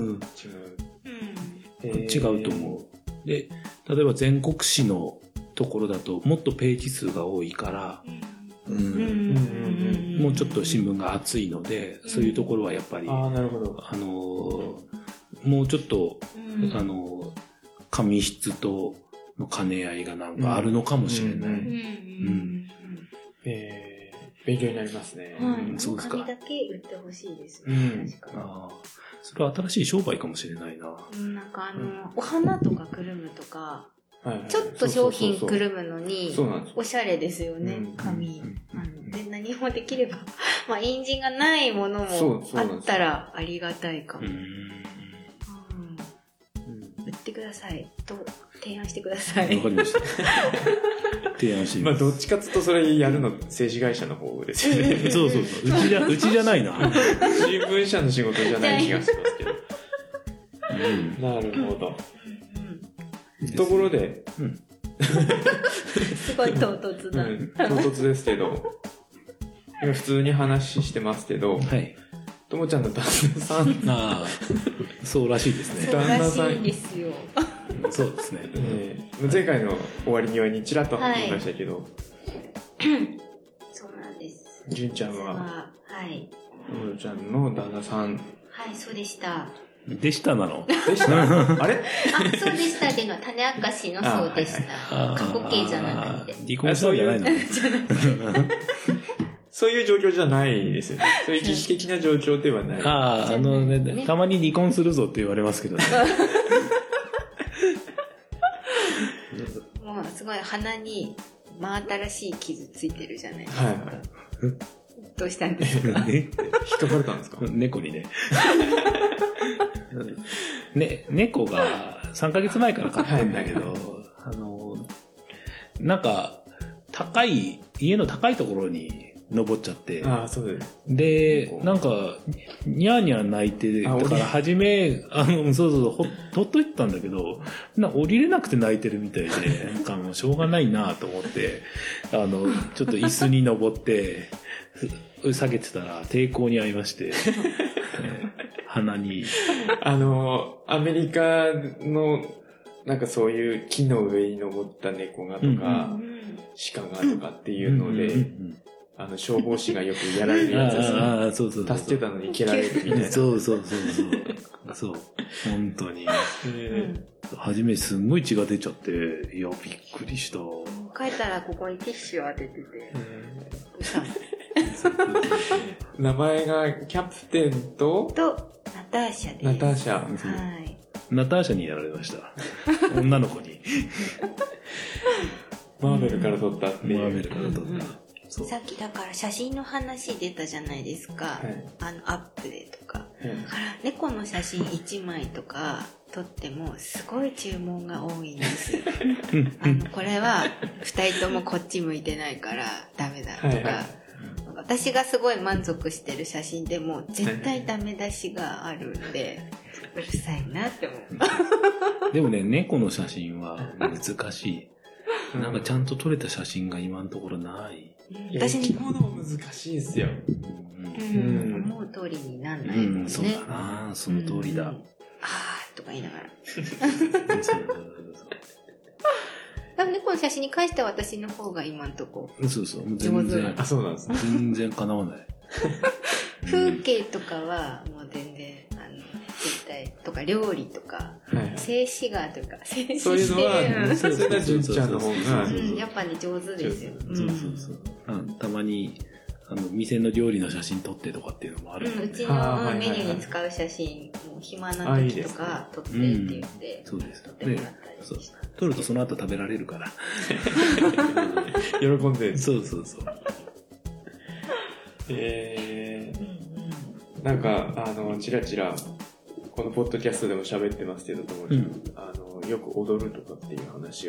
S3: 違うと思う。で、例えば全国紙のところだともっとページ数が多いから、もうちょっと新聞が厚いので、そういうところはやっぱり、
S1: なるほど。
S3: もうちょっと、 髪質との兼ね合いがなんかあるのかもしれない。
S1: 勉強になりますね。
S2: そうですか。髪だけ売ってほしいですね。確かに。
S3: それは新しい商売かもしれないな。
S2: なんかお花とかくるむとか、ちょっと商品くるむのに、おしゃれですよね、紙。で、何もできれば、まあ、印字がないものもあったらありがたいかも。売ってくださいと提案してください。
S3: わかりました。提案してみます。
S1: まあ、どっちかっていうとそれやるの製紙会社の方ですよね。
S3: そう。うちじゃないな。
S1: 新聞社の仕事じゃない気がしますけど。なるほど。ところで、
S2: すごい唐突だ。
S1: 唐突ですけど、今普通に話してますけど、ともちゃんの旦那さん。
S3: そうらしいですね。
S2: そうらしいですよ。
S3: そうですね。
S1: 前回の終わり際にちらっと言いましたけど、
S2: そうなんです。
S1: 純ちゃんは、ともちゃんの旦那さん。
S2: はい、そうでした。
S3: でしたなの？
S1: でしたあれ？
S2: そうでしたっていうのは種明かしのそうでした。過去形じゃなくて。
S3: 離婚したんじゃないの？
S1: そういう状況じゃないですよね。そういう危機的な状況ではない。
S3: たまに離婚するぞって言われますけどね。
S2: もうすごい鼻に真新しい傷ついてるじゃないですか。どうしたんですか？
S1: 引っかかれたんですか？
S3: 猫にね。猫が3ヶ月前から飼ってんだけど、なんか、家の高いところに登っちゃって、で、なんか、ニャーニャー泣いて、だから初め、ほっといてたんだけど、降りれなくて泣いてるみたいで、なんかもうしょうがないなと思って、ちょっと椅子に登って、下げてたら抵抗に遭いまして、鼻に。
S1: アメリカの、なんかそういう木の上に登った猫がとか、鹿がとかっていうので、消防士がよくやられるやつですね。助けたのに蹴られるみたいな。
S3: そう。本当に。初めすんごい血が出ちゃって、いや、びっくりした。
S2: 帰ったらここにティッシュを当ててて。
S1: 名前がキャプテンと
S2: ナターシャです。
S1: ナターシャ。
S3: ナターシャにやられました。女の子に。
S1: マーベルから撮ったっていう。
S3: マーベルから撮った。
S2: さっきだから写真の話出たじゃないですか。アップでとか。だから猫の写真1枚とか撮ってもすごい注文が多いんです。これは2人ともこっち向いてないからダメだとか。私がすごい満足してる写真でも絶対ダメ出しがあるんで、うるさいなって思う。
S3: でもね、猫の写真は難しい。なんかちゃんと撮れた写真が今のところない。
S1: 私に生き物も難しいですよ。
S2: 思う通りになんないもんね。
S3: そうだな、その通りだ。
S2: とか言いながら。猫の写真に関しては私の方が今んとこ。
S3: そう。全然。
S1: そうなんですね。
S3: 全然叶わない。
S2: 風景とかはもう全然、絶対、とか料理とか、静止画とか、静止
S1: そういうのは、それが純ちゃんの方が。
S2: やっぱね、上手ですよ。
S3: そう。たまに、店の料理の写真撮ってとかっていうのもあるんで。
S2: うちのメニューに使う写真、もう暇な時とか撮ってって言って、
S3: そうです。
S2: 撮ってもらったりして。
S3: 撮るとその後食べられるから。
S1: 喜んで。
S3: そう。
S1: なんか、チラチラ、このポッドキャストでも喋ってますけど、ともちゃん、よく踊るとかっていう話を。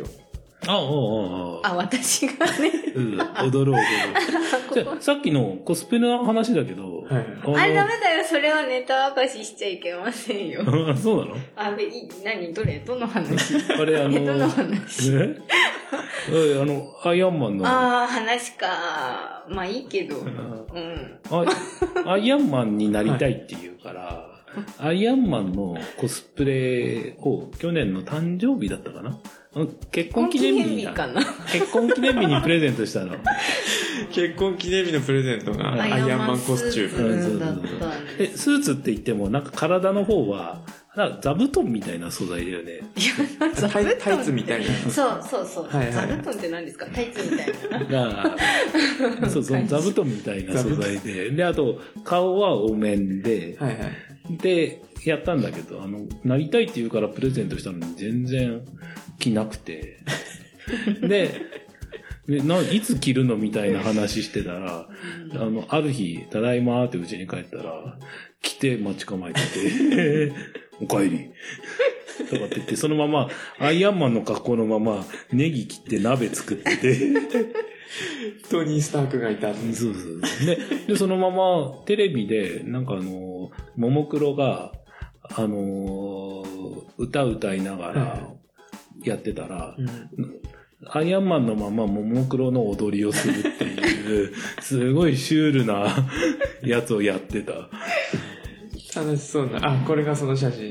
S2: 私がね。
S3: 踊る。じゃあ、さっきのコスプレの話だけど。
S2: あれダメだよ、それはネタ明かししちゃいけませんよ。
S3: そうなの？
S2: 何どの話？
S3: あれ、
S2: どの話？
S3: アイアンマンの。
S2: 話か。まあいいけど。
S3: アイアンマンになりたいって言うから、アイアンマンのコスプレを去年の誕生日だったかな？結婚記念日かな？結婚記念日にプレゼントしたの。
S1: 結婚記念日のプレゼントがアイアンマンコスチューム。
S3: スーツって言ってもなんか体の方は座布団みたいな素材だよね。
S2: いや、座布団
S1: タイツみたいな。
S2: そうそうそう。
S1: はいはい、
S2: 座布団って何ですか？タイツみたいな。
S3: そうそう、座布団みたいな素材で。で、あと、顔はお面で、
S1: はいはい。
S3: で、やったんだけど、なりたいって言うからプレゼントしたのに全然着なくて。で、いつ着るのみたいな話してたら、ある日、ただいまーって家に帰ったら、来て待ち構えてて、お帰り。とかって言って、そのまま、アイアンマンの格好のまま、ネギ切って鍋作ってて、
S1: トニー・スタークがいた。
S3: そうそう。で、そのまま、テレビで、なんかももクロが、歌歌いながら、やってたら、アイアンマンのままももクロの踊りをするっていう、すごいシュールなやつをやってた。
S1: 楽しそうな。あ、これがその写真。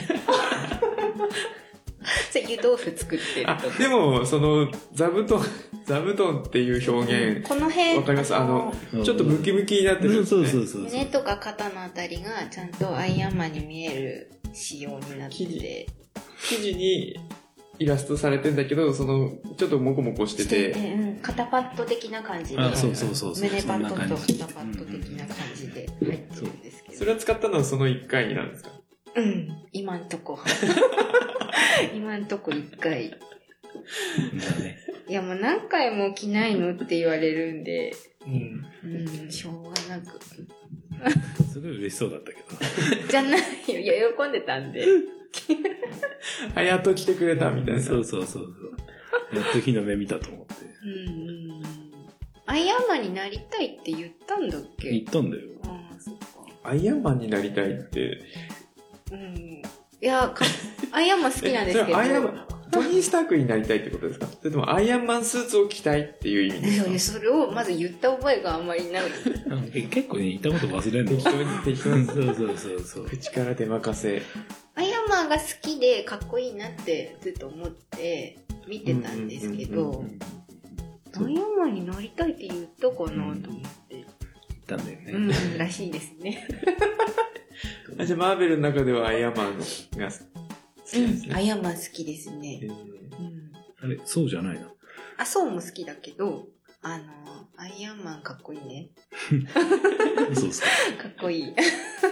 S2: それ湯豆腐作ってると。
S1: でも、その、座布団っていう表現。
S2: この辺。
S1: わかります？ちょっとムキムキになってるんですね。
S3: そう。
S2: 胸とか肩のあたりがちゃんとアイアンマンに見える仕様になってて。
S1: 生地にイラストされてんだけど、ちょっとモコモコしてて。
S2: 肩パッド的な感じで。
S3: そう。
S2: 胸パッドと肩パッド的な感じで入ってるんですけど。
S1: それを使ったのはその1回になんですか？
S2: 今んとこ。今んとこ1回。いやもう何回も着ないのって言われるんで、しょうがなく。
S3: すごい嬉しそうだったけど。
S2: じゃないよ。いや、喜んでたんで。
S1: やっと来てくれたみたいな。
S3: そう。やっと日の目見たと思って。
S2: アイアンマンになりたいって言ったんだっけ？
S3: 言ったんだよ。
S2: そっか。
S1: アイアンマンになりたいって。
S2: いや、アイアンマン好きなんですけど。
S1: トニー・スタークになりたいってことですか？それともアイアンマンスーツを着たいっていう意味ですか？
S2: いや、それをまず言った覚えがあんまりない。
S3: 結構ね、言ったこと忘れんの。
S1: 適当に。
S3: そう。
S1: 口から出任せ。
S2: アイアンマンが好きでかっこいいなってずっと思って見てたんですけど、アイアンマンになりたいって言ったかなと思って。
S3: 言ったんだよね。
S2: らしいですね。
S1: じゃあマーベルの中ではアイアンマンが好きですね。
S2: アイアンマン好きですね。
S3: あれ、そうじゃないの？
S2: そうも好きだけど、アイアンマンかっこいいね。
S3: そう。
S2: かっこいい。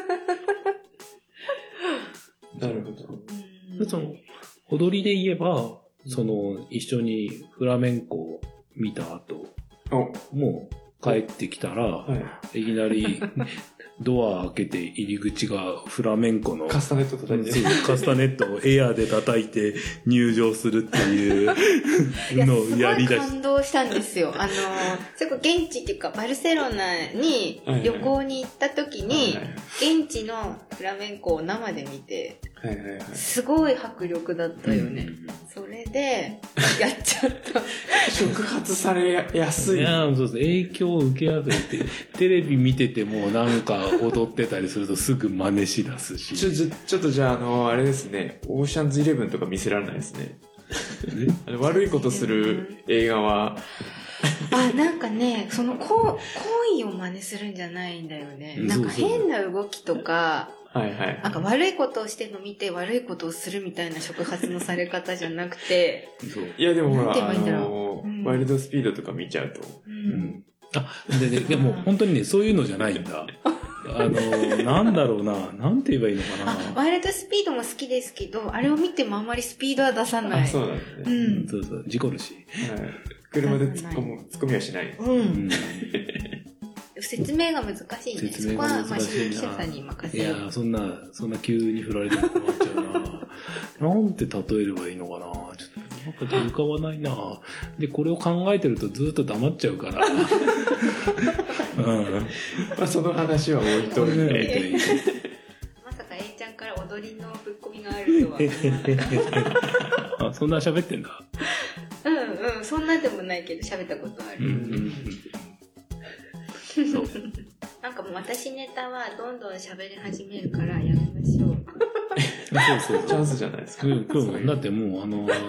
S1: なるほど。
S3: その、踊りで言えば、一緒にフラメンコを見た後、もう帰ってきたら、いきなりドア開けて入り口がフラメンコの
S1: カスタネット叩いて、
S3: カスタネットをエアーで叩いて入場するっていうのをやりだし、
S2: すごい感動したんですよ。それこ現地っていうかバルセロナに旅行に行った時に現地のフラメンコを生で見て、すごい迫力だったよね。それでやっちゃった。
S1: 触発されやすい。
S3: いや、そう影響を受けやすいって、テレビ見ててもなんか踊ってたりするとすぐ真似しだすし。
S1: ちょっとじゃあ、あれですね、オーシャンズ11とか見せられないですね。悪いことする映画は。
S2: なんかね、その行為を真似するんじゃないんだよね。なんか変な動きとか、なんか悪いことをしてるの見て悪いことをするみたいな触発のされ方じゃなくて。
S1: いやでもほら、ワイルドスピードとか見ちゃうと。
S3: でも本当にね、そういうのじゃないんだ。なんだろうな、なんて言えばいいのかな。
S2: ワイルドスピードも好きですけど、あれを見てもあんまりスピードは出さない。
S1: そうなんですね。
S3: そう、事故るし。
S1: 車で突っ込みはしない。
S2: 説明が難しいね。そこは、記者さんに任せよう。
S3: いや、そんな急に振られても困っちゃうな。なんて例えればいいのかな。ちょっと、なんか浮かばないな。で、これを考えてるとずっと黙っちゃうから。
S1: その話は置いといて。
S2: まさか A ちゃんから踊りのぶっ込みがあるとは。
S3: そんな喋ってんだ。
S2: そんなでもないけど喋ったことある。
S3: そう。
S2: なんかもう私ネタはどんどん喋り始めるからやめましょう。
S3: そう。
S1: チャンスじゃないですか。
S3: だってもう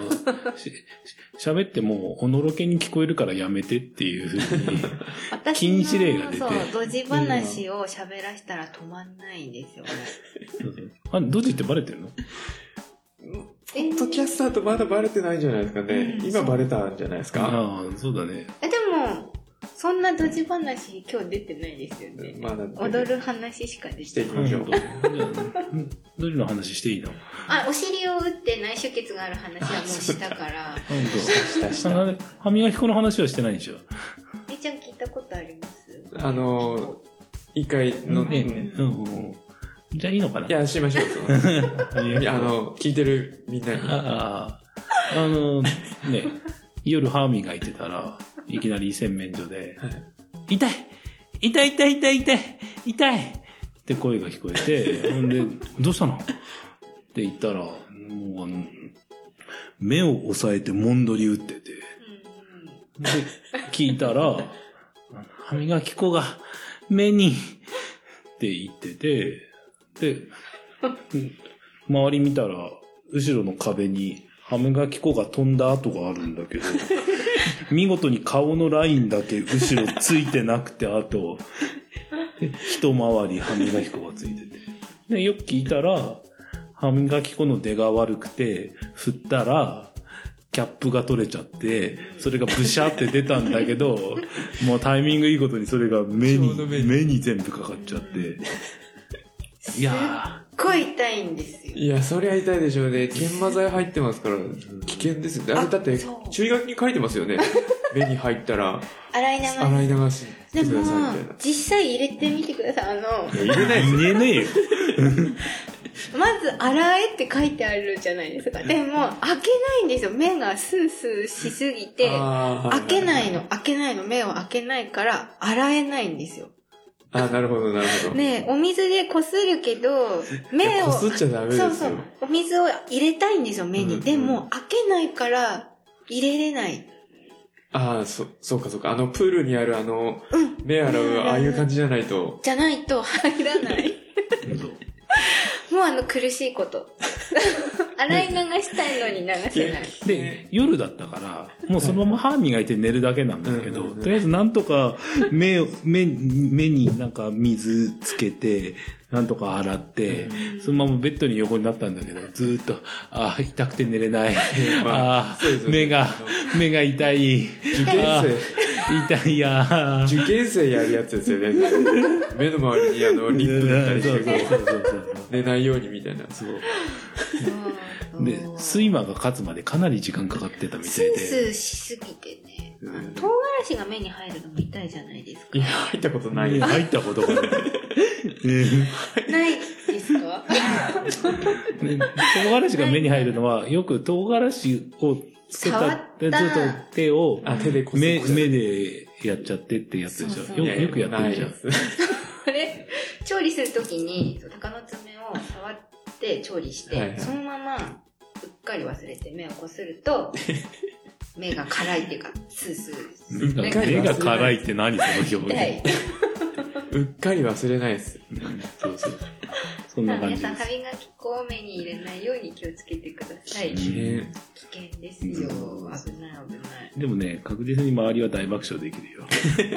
S3: 喋ってもおのろけに聞こえるからやめてっていうふうに禁止令が出て。
S2: そう、ドジ話を喋らしたら止まんないんですよね。
S3: ドジってバレてるの？
S1: ポッドキャスターとまだバレてないんじゃないですかね。今バレたんじゃないですか。
S3: ああ、そうだね。
S2: でも、そんなドジ話今日出てないですよね。まだ踊る話しか出てない。していきましょう。
S3: ドジの話していいの？
S2: お尻を打って内出血がある話はもうしたから。
S1: した。
S3: 歯磨き粉の話はしてないんでしょ？
S2: ちゃん聞いたことあります？
S1: 一回の
S3: ね。じゃあいいのかな？
S1: いや、しましょう。聞いてるみんなに。
S3: ね、夜歯磨いてたら、いきなり洗面所で、痛いって声が聞こえて、ほんで、どうしたのって言ったら、もう目を押さえてもんどり打ってて、で、聞いたら、歯磨き粉が目にって言ってて、で、周り見たら、後ろの壁に歯磨き粉が飛んだ跡があるんだけど、見事に顔のラインだけ後ろついてなくて、あと、一回り歯磨き粉がついてて。で、よく聞いたら、歯磨き粉の出が悪くて、振ったら、キャップが取れちゃって、それがブシャって出たんだけど、もうタイミングいいことにそれが目に全部かかっちゃって、いや
S2: すっごい痛いんですよ。
S1: いや、そりゃ痛いでしょうね。研磨剤入ってますから、危険ですよね。あれだって、注意書きに書いてますよね。目に入ったら、洗い流してくださいみたいな。
S2: 実際入れてみてください。
S1: 入れないですよ。
S3: 入れねえよ。
S2: まず、洗えって書いてあるじゃないですか。でも、開けないんですよ。目がスースーしすぎて、開けないの、目を開けないから、洗えないんですよ。
S1: なるほど。
S2: ねえ、お水でこするけど、目を。
S1: こすっちゃダメですよ。
S2: そう。お水を入れたいんですよ、目に。でも、開けないから、入れれない。
S1: そうか。プールにある目洗う、ああいう感じじゃないと。
S2: 入らない。もう苦しいこと。洗い流したいのに流せない。
S3: で、夜だったから、もうそのまま歯磨いて寝るだけなんだけど、とりあえずなんとか目になんか水つけて、なんとか洗って、そのままベッドに横になったんだけど、ずーっと、痛くて寝れない。目が痛い。
S1: 受験生。
S3: 痛いや
S1: 受験生やるやつですよね。目の周りにリップ塗ったりして寝ないようにみたいな。そう。
S3: で、睡魔が勝つまでかなり時間かかってたみたいで。
S2: スースーしすぎてね。唐辛子が目に入るのも痛いじゃないですか。
S1: いや、入ったことない。
S3: 入ったことがない。
S2: ないですか？
S3: 唐辛子が目に入るのは、よく唐辛子をつけた、ずっと手を目でやっちゃってってやつでしょ。よくやってるじゃん。
S2: これ、調理するときに、鷹の爪を触って調理して、そのままうっかり忘れて目をこすると、目が辛いっていうか、スースー。
S3: 目が辛いって何その表現。
S1: うっかり忘れないです。
S3: そう。そんな感じです。
S2: 皆さん、歯磨き粉を目に入れないように気をつけてください。危険ですよ。危ない。
S3: でもね、確実に周りは大爆笑できるよ。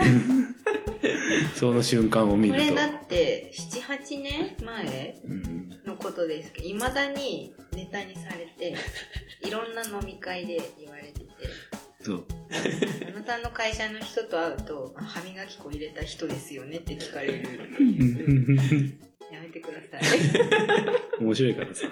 S3: その瞬間を見ると。
S2: これだって、7、8年前のことですけど、未だにネタにされて、いろんな飲み会で言われてて。
S3: そう。
S2: あなたの会社の人と会うと、歯磨き粉入れた人ですよねって聞かれる。やめてください。
S3: 面白いからさ。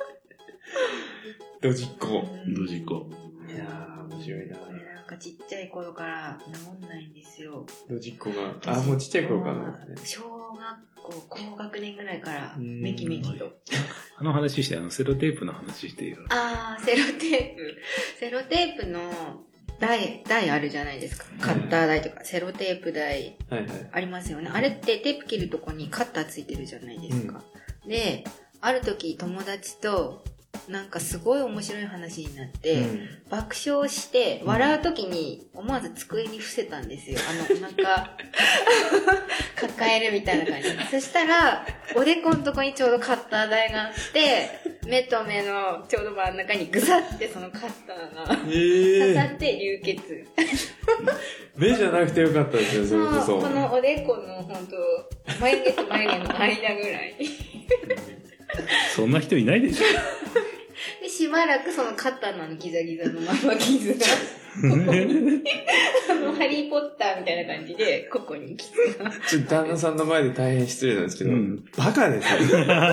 S1: ドジっ子。 いやー、面白いな。
S2: なんかちっちゃい頃から治んないんですよ。
S1: ドジっ子が。もうちっちゃい頃からなんですね。
S2: 小学校高学年ぐらいからメキメキと。
S3: 話して、セロテープの話してよ。
S2: セロテープの台あるじゃないですか。カッター台とか、セロテープ台ありますよね。あれってテープ切るとこにカッターついてるじゃないですか。で、ある時友達となんかすごい面白い話になって、爆笑して笑う時に思わず机に伏せたんですよ。お腹抱えるみたいな感じで。そしたらおでこのとこにちょうどカッター台があって、 目と目のちょうど真ん中にぐさってそのカッターが刺さって流血。
S1: 目じゃなくてよかったですよ、それこそ。
S2: このおでこの本当眉毛と眉毛の間ぐらい。
S3: そんな人いないでしょ。
S2: で、しばらくそのカッターのギザギザのまま傷が、ここに、ハリーポッターみたいな感じで、ここに傷が。
S1: 旦那さんの前で大変失礼なんですけど、バカですよ。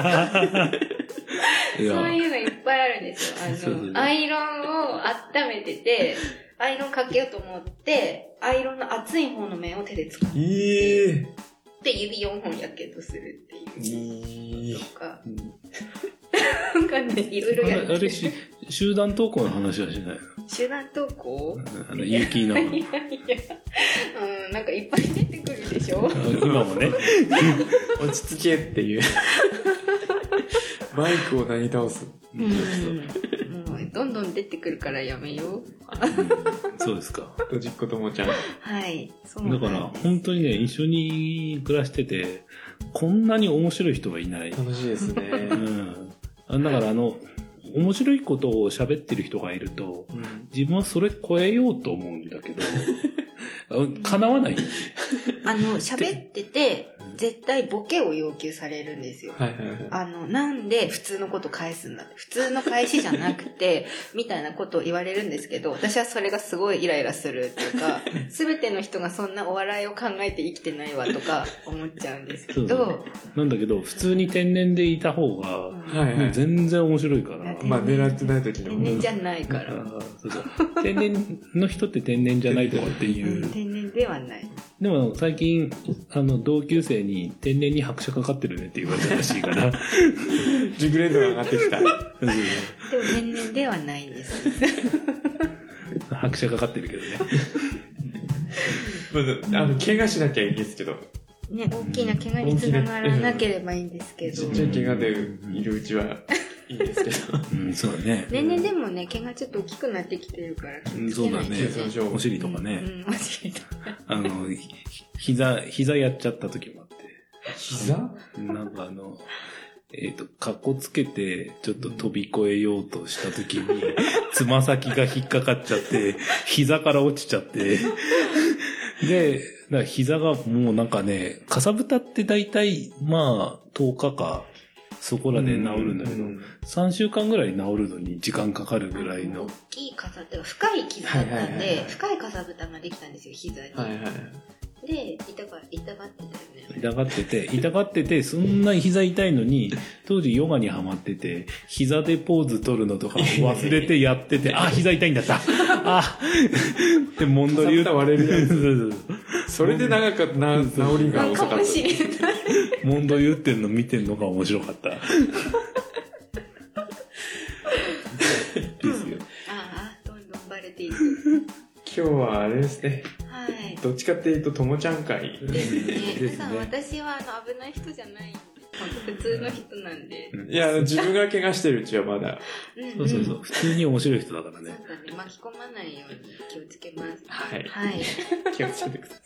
S2: そういうのいっぱいあるんですよ。アイロンを温めてて、アイロンかけようと思って、アイロンの熱い方の面を手で使って、で、指4本やけどするっていう。とか。わかんない。いろいろやる。
S3: あれ集団登校の話はしないの？
S2: 集団登校？
S3: 有機の。
S2: いや、なんかいっぱい出てくるでしょ？
S3: 今もね。
S1: 落ち着けっていう。マイクをなぎ倒す。
S2: もうどんどん出てくるからやめよう。
S3: そうですか。
S1: とじっこともちゃん。
S2: はい。そうなんです。
S3: だから本当にね、一緒に暮らしてて、こんなに面白い人はいない。
S1: 楽しいですね。
S3: だから面白いことを喋ってる人がいると、自分はそれ超えようと思うんだけど、叶わない。
S2: 喋ってて、絶対ボケを要求されるんですよ。なんで普通のこと返すんだって。普通の返しじゃなくて、みたいなことを言われるんですけど、私はそれがすごいイライラするっていうか、すべての人がそんなお笑いを考えて生きてないわとか思っちゃうんですけど。
S3: なんだけど、普通に天然でいた方が、全然面白いから。
S1: まあ狙ってない時の。
S2: 天然じゃないから。
S3: 天然の人って天然じゃないとかっていう。
S2: 天然ではない。
S3: でも最近、同級生に天然に拍車かかってるねって言われたらしいから。
S1: 熟練度が上がってきた。でも
S2: 天然ではないんです。
S3: 拍車かかってるけど
S1: ね。怪我しなきゃいいんですけど。
S2: ね、大きな怪我につながらなければいいんですけど。
S1: ちっちゃい怪我でいるうちはいいんですけど。
S3: そうだね。
S2: 年々でもね、毛がちょっと大きくなってきてるから気をつけないとね。
S3: そうだね。お尻とかね。
S2: お尻とか。
S3: 膝やっちゃった時もあって。
S1: 膝？
S3: なんかかっこつけて、ちょっと飛び越えようとした時に、つま先が引っかかっちゃって、膝から落ちちゃって、で、だから膝がもうなんかね、かさぶたって大体、まあ、10日か、そこらで治るんだけど、3週間ぐらい治るのに時間かかるぐらいの。
S2: 大きいかさ、ってか深い傷だったんで、深いかさぶたができたんですよ、膝に。で、痛がってたよね。
S3: 痛がってて、そんな膝痛いのに、当時ヨガにハマってて、膝でポーズ取るのとか忘れてやってて、あ、膝痛いんだった。あで、モンドリュ
S1: 割れるやつ。それで長かった、治りが遅かった。
S3: モンド言ってんの見てんのが面白かった。です
S2: よ。ああ、どんどんバレていく。
S1: 今日はあれですね。
S2: はい。
S1: どっちかっていうと、ともちゃん会
S2: ですね。皆さん、私は危ない人じゃないんで、普通の人なんで。
S1: いや、自分が怪我してるうちはまだ。
S3: そうそうそう。普通に面白い人だからね。
S2: そうだね。巻き込まないように気をつけます。
S1: はい。
S2: はい。
S1: 気をつけてください。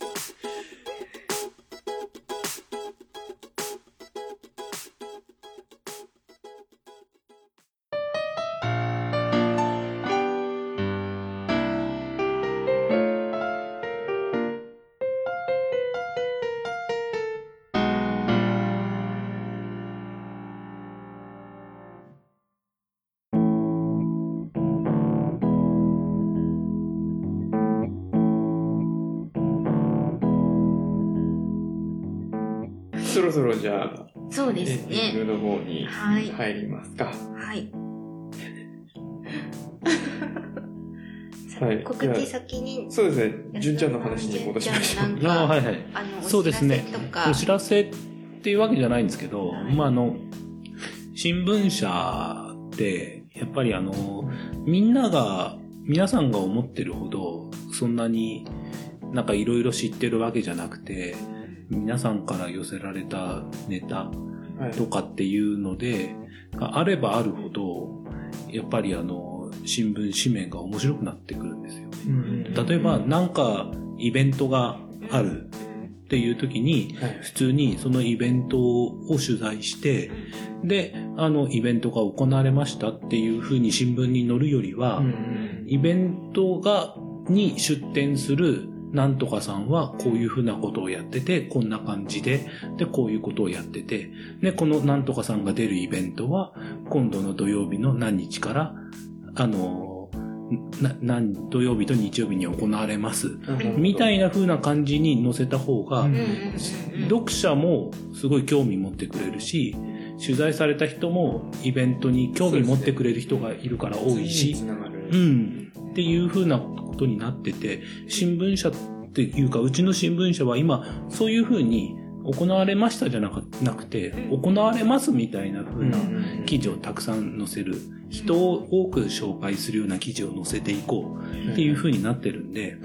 S1: そろそろじゃあ、
S2: そうですね。
S1: エンディングの方に入りますか。
S2: はい。
S1: はい。
S2: 告知先に。
S1: そうですね。純ちゃんの話に戻しましょう。
S3: はいはい。そうですね。お知らせっていうわけじゃないんですけど、まあ新聞社ってやっぱり皆さんが思ってるほどそんなになんかいろいろ知ってるわけじゃなくて、皆さんから寄せられたネタとかっていうので、あればあるほどやっぱり新聞紙面が面白くなってくるんですよね。例えばなんかイベントがあるっていう時に、普通にそのイベントを取材して、で、イベントが行われましたっていう風に新聞に載るよりは、イベントに出展するなんとかさんはこういう風なことをやってて、こんな感じで、こういうことをやってて、で、このなんとかさんが出るイベントは、今度の土曜日の何日から、土曜日と日曜日に行われます。みたいな風な感じに載せた方が、読者もすごい興味持ってくれるし、取材された人もイベントに興味持ってくれる人がいるから多いし、っていう風なことになってて、新聞社っていうか、うちの新聞社は今、そういう風に行われましたじゃなくて、行われますみたいな風な記事をたくさん載せる。人を多く紹介するような記事を載せていこうっていう風になってるんで、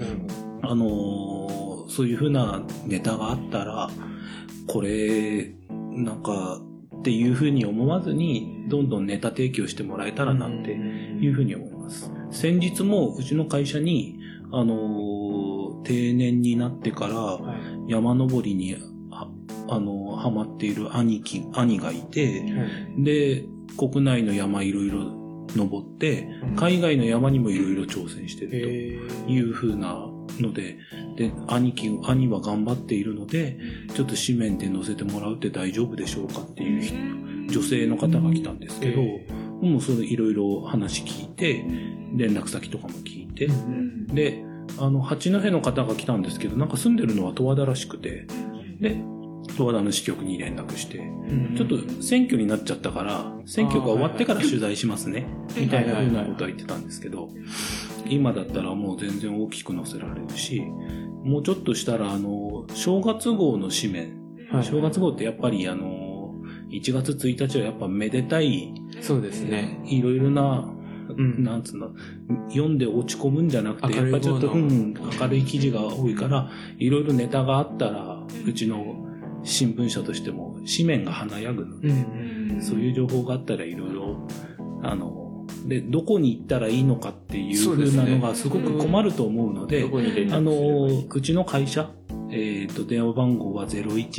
S3: そういう風なネタがあったら、これ、なんか、っていう風に思わずに、どんどんネタ提供してもらえたらなっていう風に思います。先日もうちの会社に、定年になってから山登りに、ハマっている兄がいて、で、国内の山いろいろ登って、海外の山にもいろいろ挑戦してるという風なので、兄は頑張っているので、ちょっと紙面で載せてもらうって大丈夫でしょうかっていう女性の方が来たんですけど、もうそれいろいろ話聞いて、連絡先とかも聞いて、で、八戸の方が来たんですけど、なんか住んでるのは十和田らしくて、で、十和田の支局に連絡して、ちょっと選挙になっちゃったから、選挙が終わってから取材しますね、みたいな風なことは言ってたんですけど、今だったらもう全然大きく載せられるし、もうちょっとしたら正月号の紙面、正月号ってやっぱり1月1日はやっぱめでたい、
S1: そうですね。
S3: いろいろな、なんつうの、読んで落ち込むんじゃなくて、やっぱりちょっと、明るい記事が多いから、いろいろネタがあったら、うちの新聞社としても紙面が華やぐので、そういう情報があったらいろいろ、で、どこに行ったらいいのかっていう風なのがすごく困ると思うので、うちの会社、電話番号は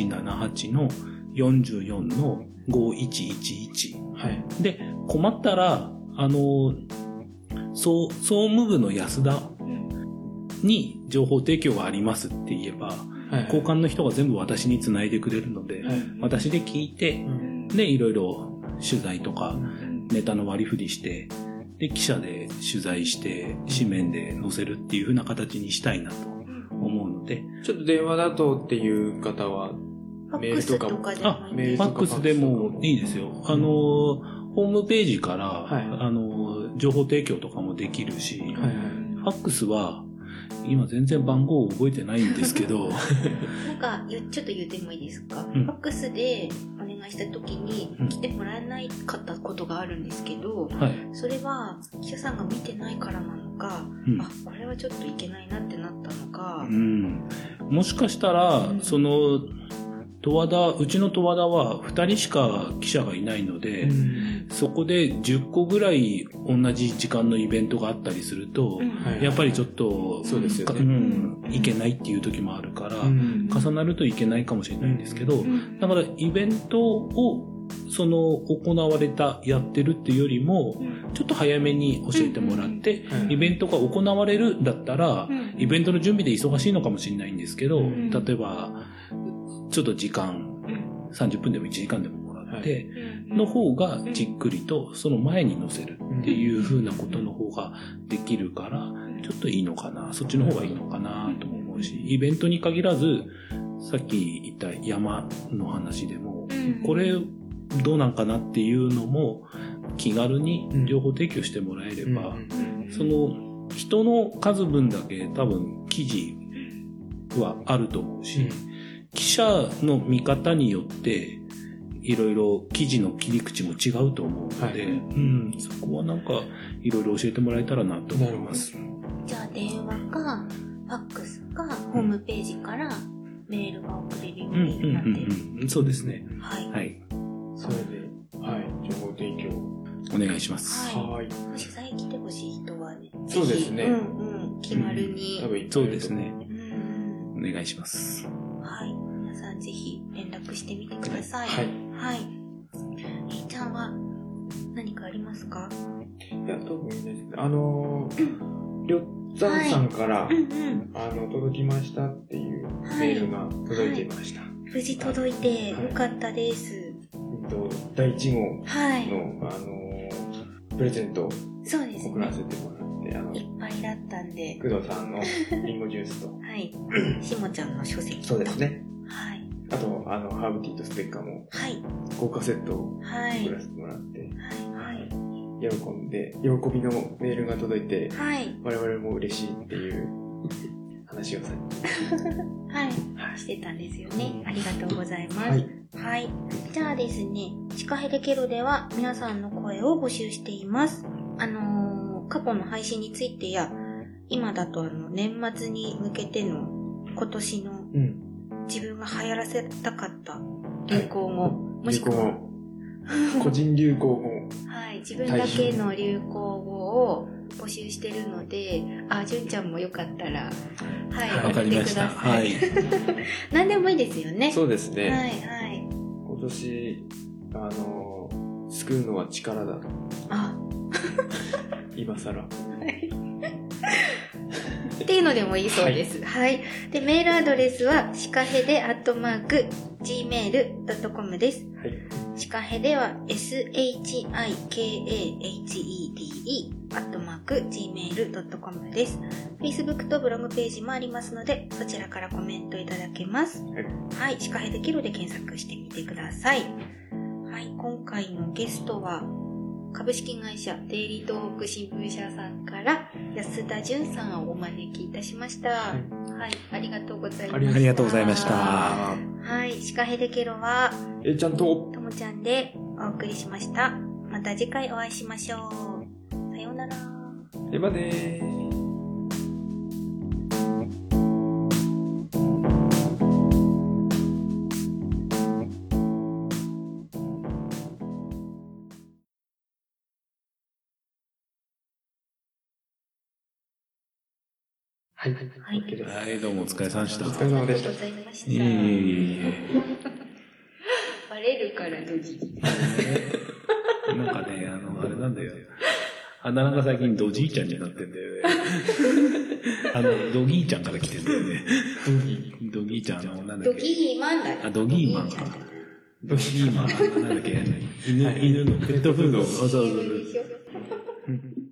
S3: 0178-44-5111。で、困ったら、総務部の安田に情報提供がありますって言えば、交換の人が全部私に繋いでくれるので、私で聞いて、で、いろいろ取材とか、ネタの割り振りして、で、記者で取材して、紙面で載せるっていう風な形にしたいなと思うので。
S1: ちょっと電話だとっていう方は、メールとかも。
S3: ファックスでもいいですよ。ホームページから、情報提供とかもできるし、ファックスは、今全然番号を覚えてないんですけど。
S2: なんか、ちょっと言ってもいいですか、ファックスでお願いした時に来てもらえないかったことがあるんですけど、それは記者さんが見てないからなのか、これはちょっといけないなってなったのか。
S3: もしかしたら、うちの十和田は2人しか記者がいないので、そこで10個ぐらい同じ時間のイベントがあったりすると、やっぱりちょっと、
S1: そうですよね。
S3: いけないっていう時もあるから、重なるといけないかもしれないんですけど、だからイベントを行われた、やってるっていうよりも、ちょっと早めに教えてもらって、イベントが行われるんだったら、イベントの準備で忙しいのかもしれないんですけど、例えば、ちょっと時間、30分でも1時間でももらって、の方がじっくりとその前に載せるっていう風なことの方ができるから、ちょっといいのかな、そっちの方がいいのかなとも思うし、イベントに限らず、さっき言った山の話でも、これどうなんかなっていうのも気軽に情報提供してもらえれば、その人の数分だけ多分記事はあると思うし、記者の見方によっていろいろ記事の切り口も違うと思うので、そこはなんかいろいろ教えてもらえたらなと思います。
S2: じゃあ電話かファックスかホームページからメールが送れるようになってる。
S3: そうですね。
S2: はい。
S1: それで、情報提供
S3: お願いします。
S2: 取材来てほしい人はね。
S1: そうですね。
S2: 気軽に。
S3: そうですね。お願いします。
S2: はい。 んぜひ連絡してみてください。
S1: はい。
S2: はい。ちゃんは何かありますか？
S1: いや、特にですね。りょっざんさんから、届きましたっていうメールが届いていました。
S2: 無事届いてよかったです。
S1: 第1号の、
S2: はい、
S1: プレゼントを
S2: そうですね。
S1: 送らせてもらって、
S2: いっぱいだったんで。
S1: 工藤さんのリンゴジュースと。
S2: はい。しもちゃんの書籍と。
S1: そうですね。
S2: はい。
S1: あと、ハーブティーとステッカーも、
S2: はい。
S1: 豪華セットを送らせてもらって、はい。喜びのメールが届いて、はい。我々も嬉しいっていう話をされて、
S2: はい。してたんですよね。ありがとうございます。はい。はい。じゃあですね、シカヘデケロでは皆さんの声を募集しています。過去の配信についてや、今だと年末に向けての今年の自分が流行らせたかった流行語、もしくは
S1: 個人流行語、
S2: はい、自分だけの流行語を募集してるので、純ちゃんもよかったら、はい、送ってください。はい。何でもいいですよね。
S1: そうですね。
S2: はいはい。
S1: 今年救うのは力だ。今更。はい。
S2: っていうのでもいいそうです。はい。で、メールアドレスは、シカヘデ@gmail.com です。はい。シカヘデは、shikahede@gmail.com です。Facebook とブログページもありますので、そちらからコメントいただけます。はい。はい。シカヘデケロで検索してみてください。はい。今回のゲストは、株式会社デイリー東北新聞社さんから安田純さんをお招きいたしました。はい、ありがとうございました。
S3: ありがとうございました。
S2: はい、シカヘデケロは
S1: ちゃんと
S2: ともちゃんでお送りしました。また次回お会いしましょう。さようなら。
S1: ではねー。はい、
S3: どうもお疲れ様でした。
S1: お疲れ様でした。
S2: ありがとうございました。バレるからドジ。
S3: なんかね、あれなんだよ。鼻が最近ドジーちゃんになってんだよね。ドギーちゃんから来てんだよね。ドギーちゃんなんだっけ。
S2: ドギーマンだ。
S3: ドギーマンか。ドギーマンなんだっけ。犬のペットフード。そう。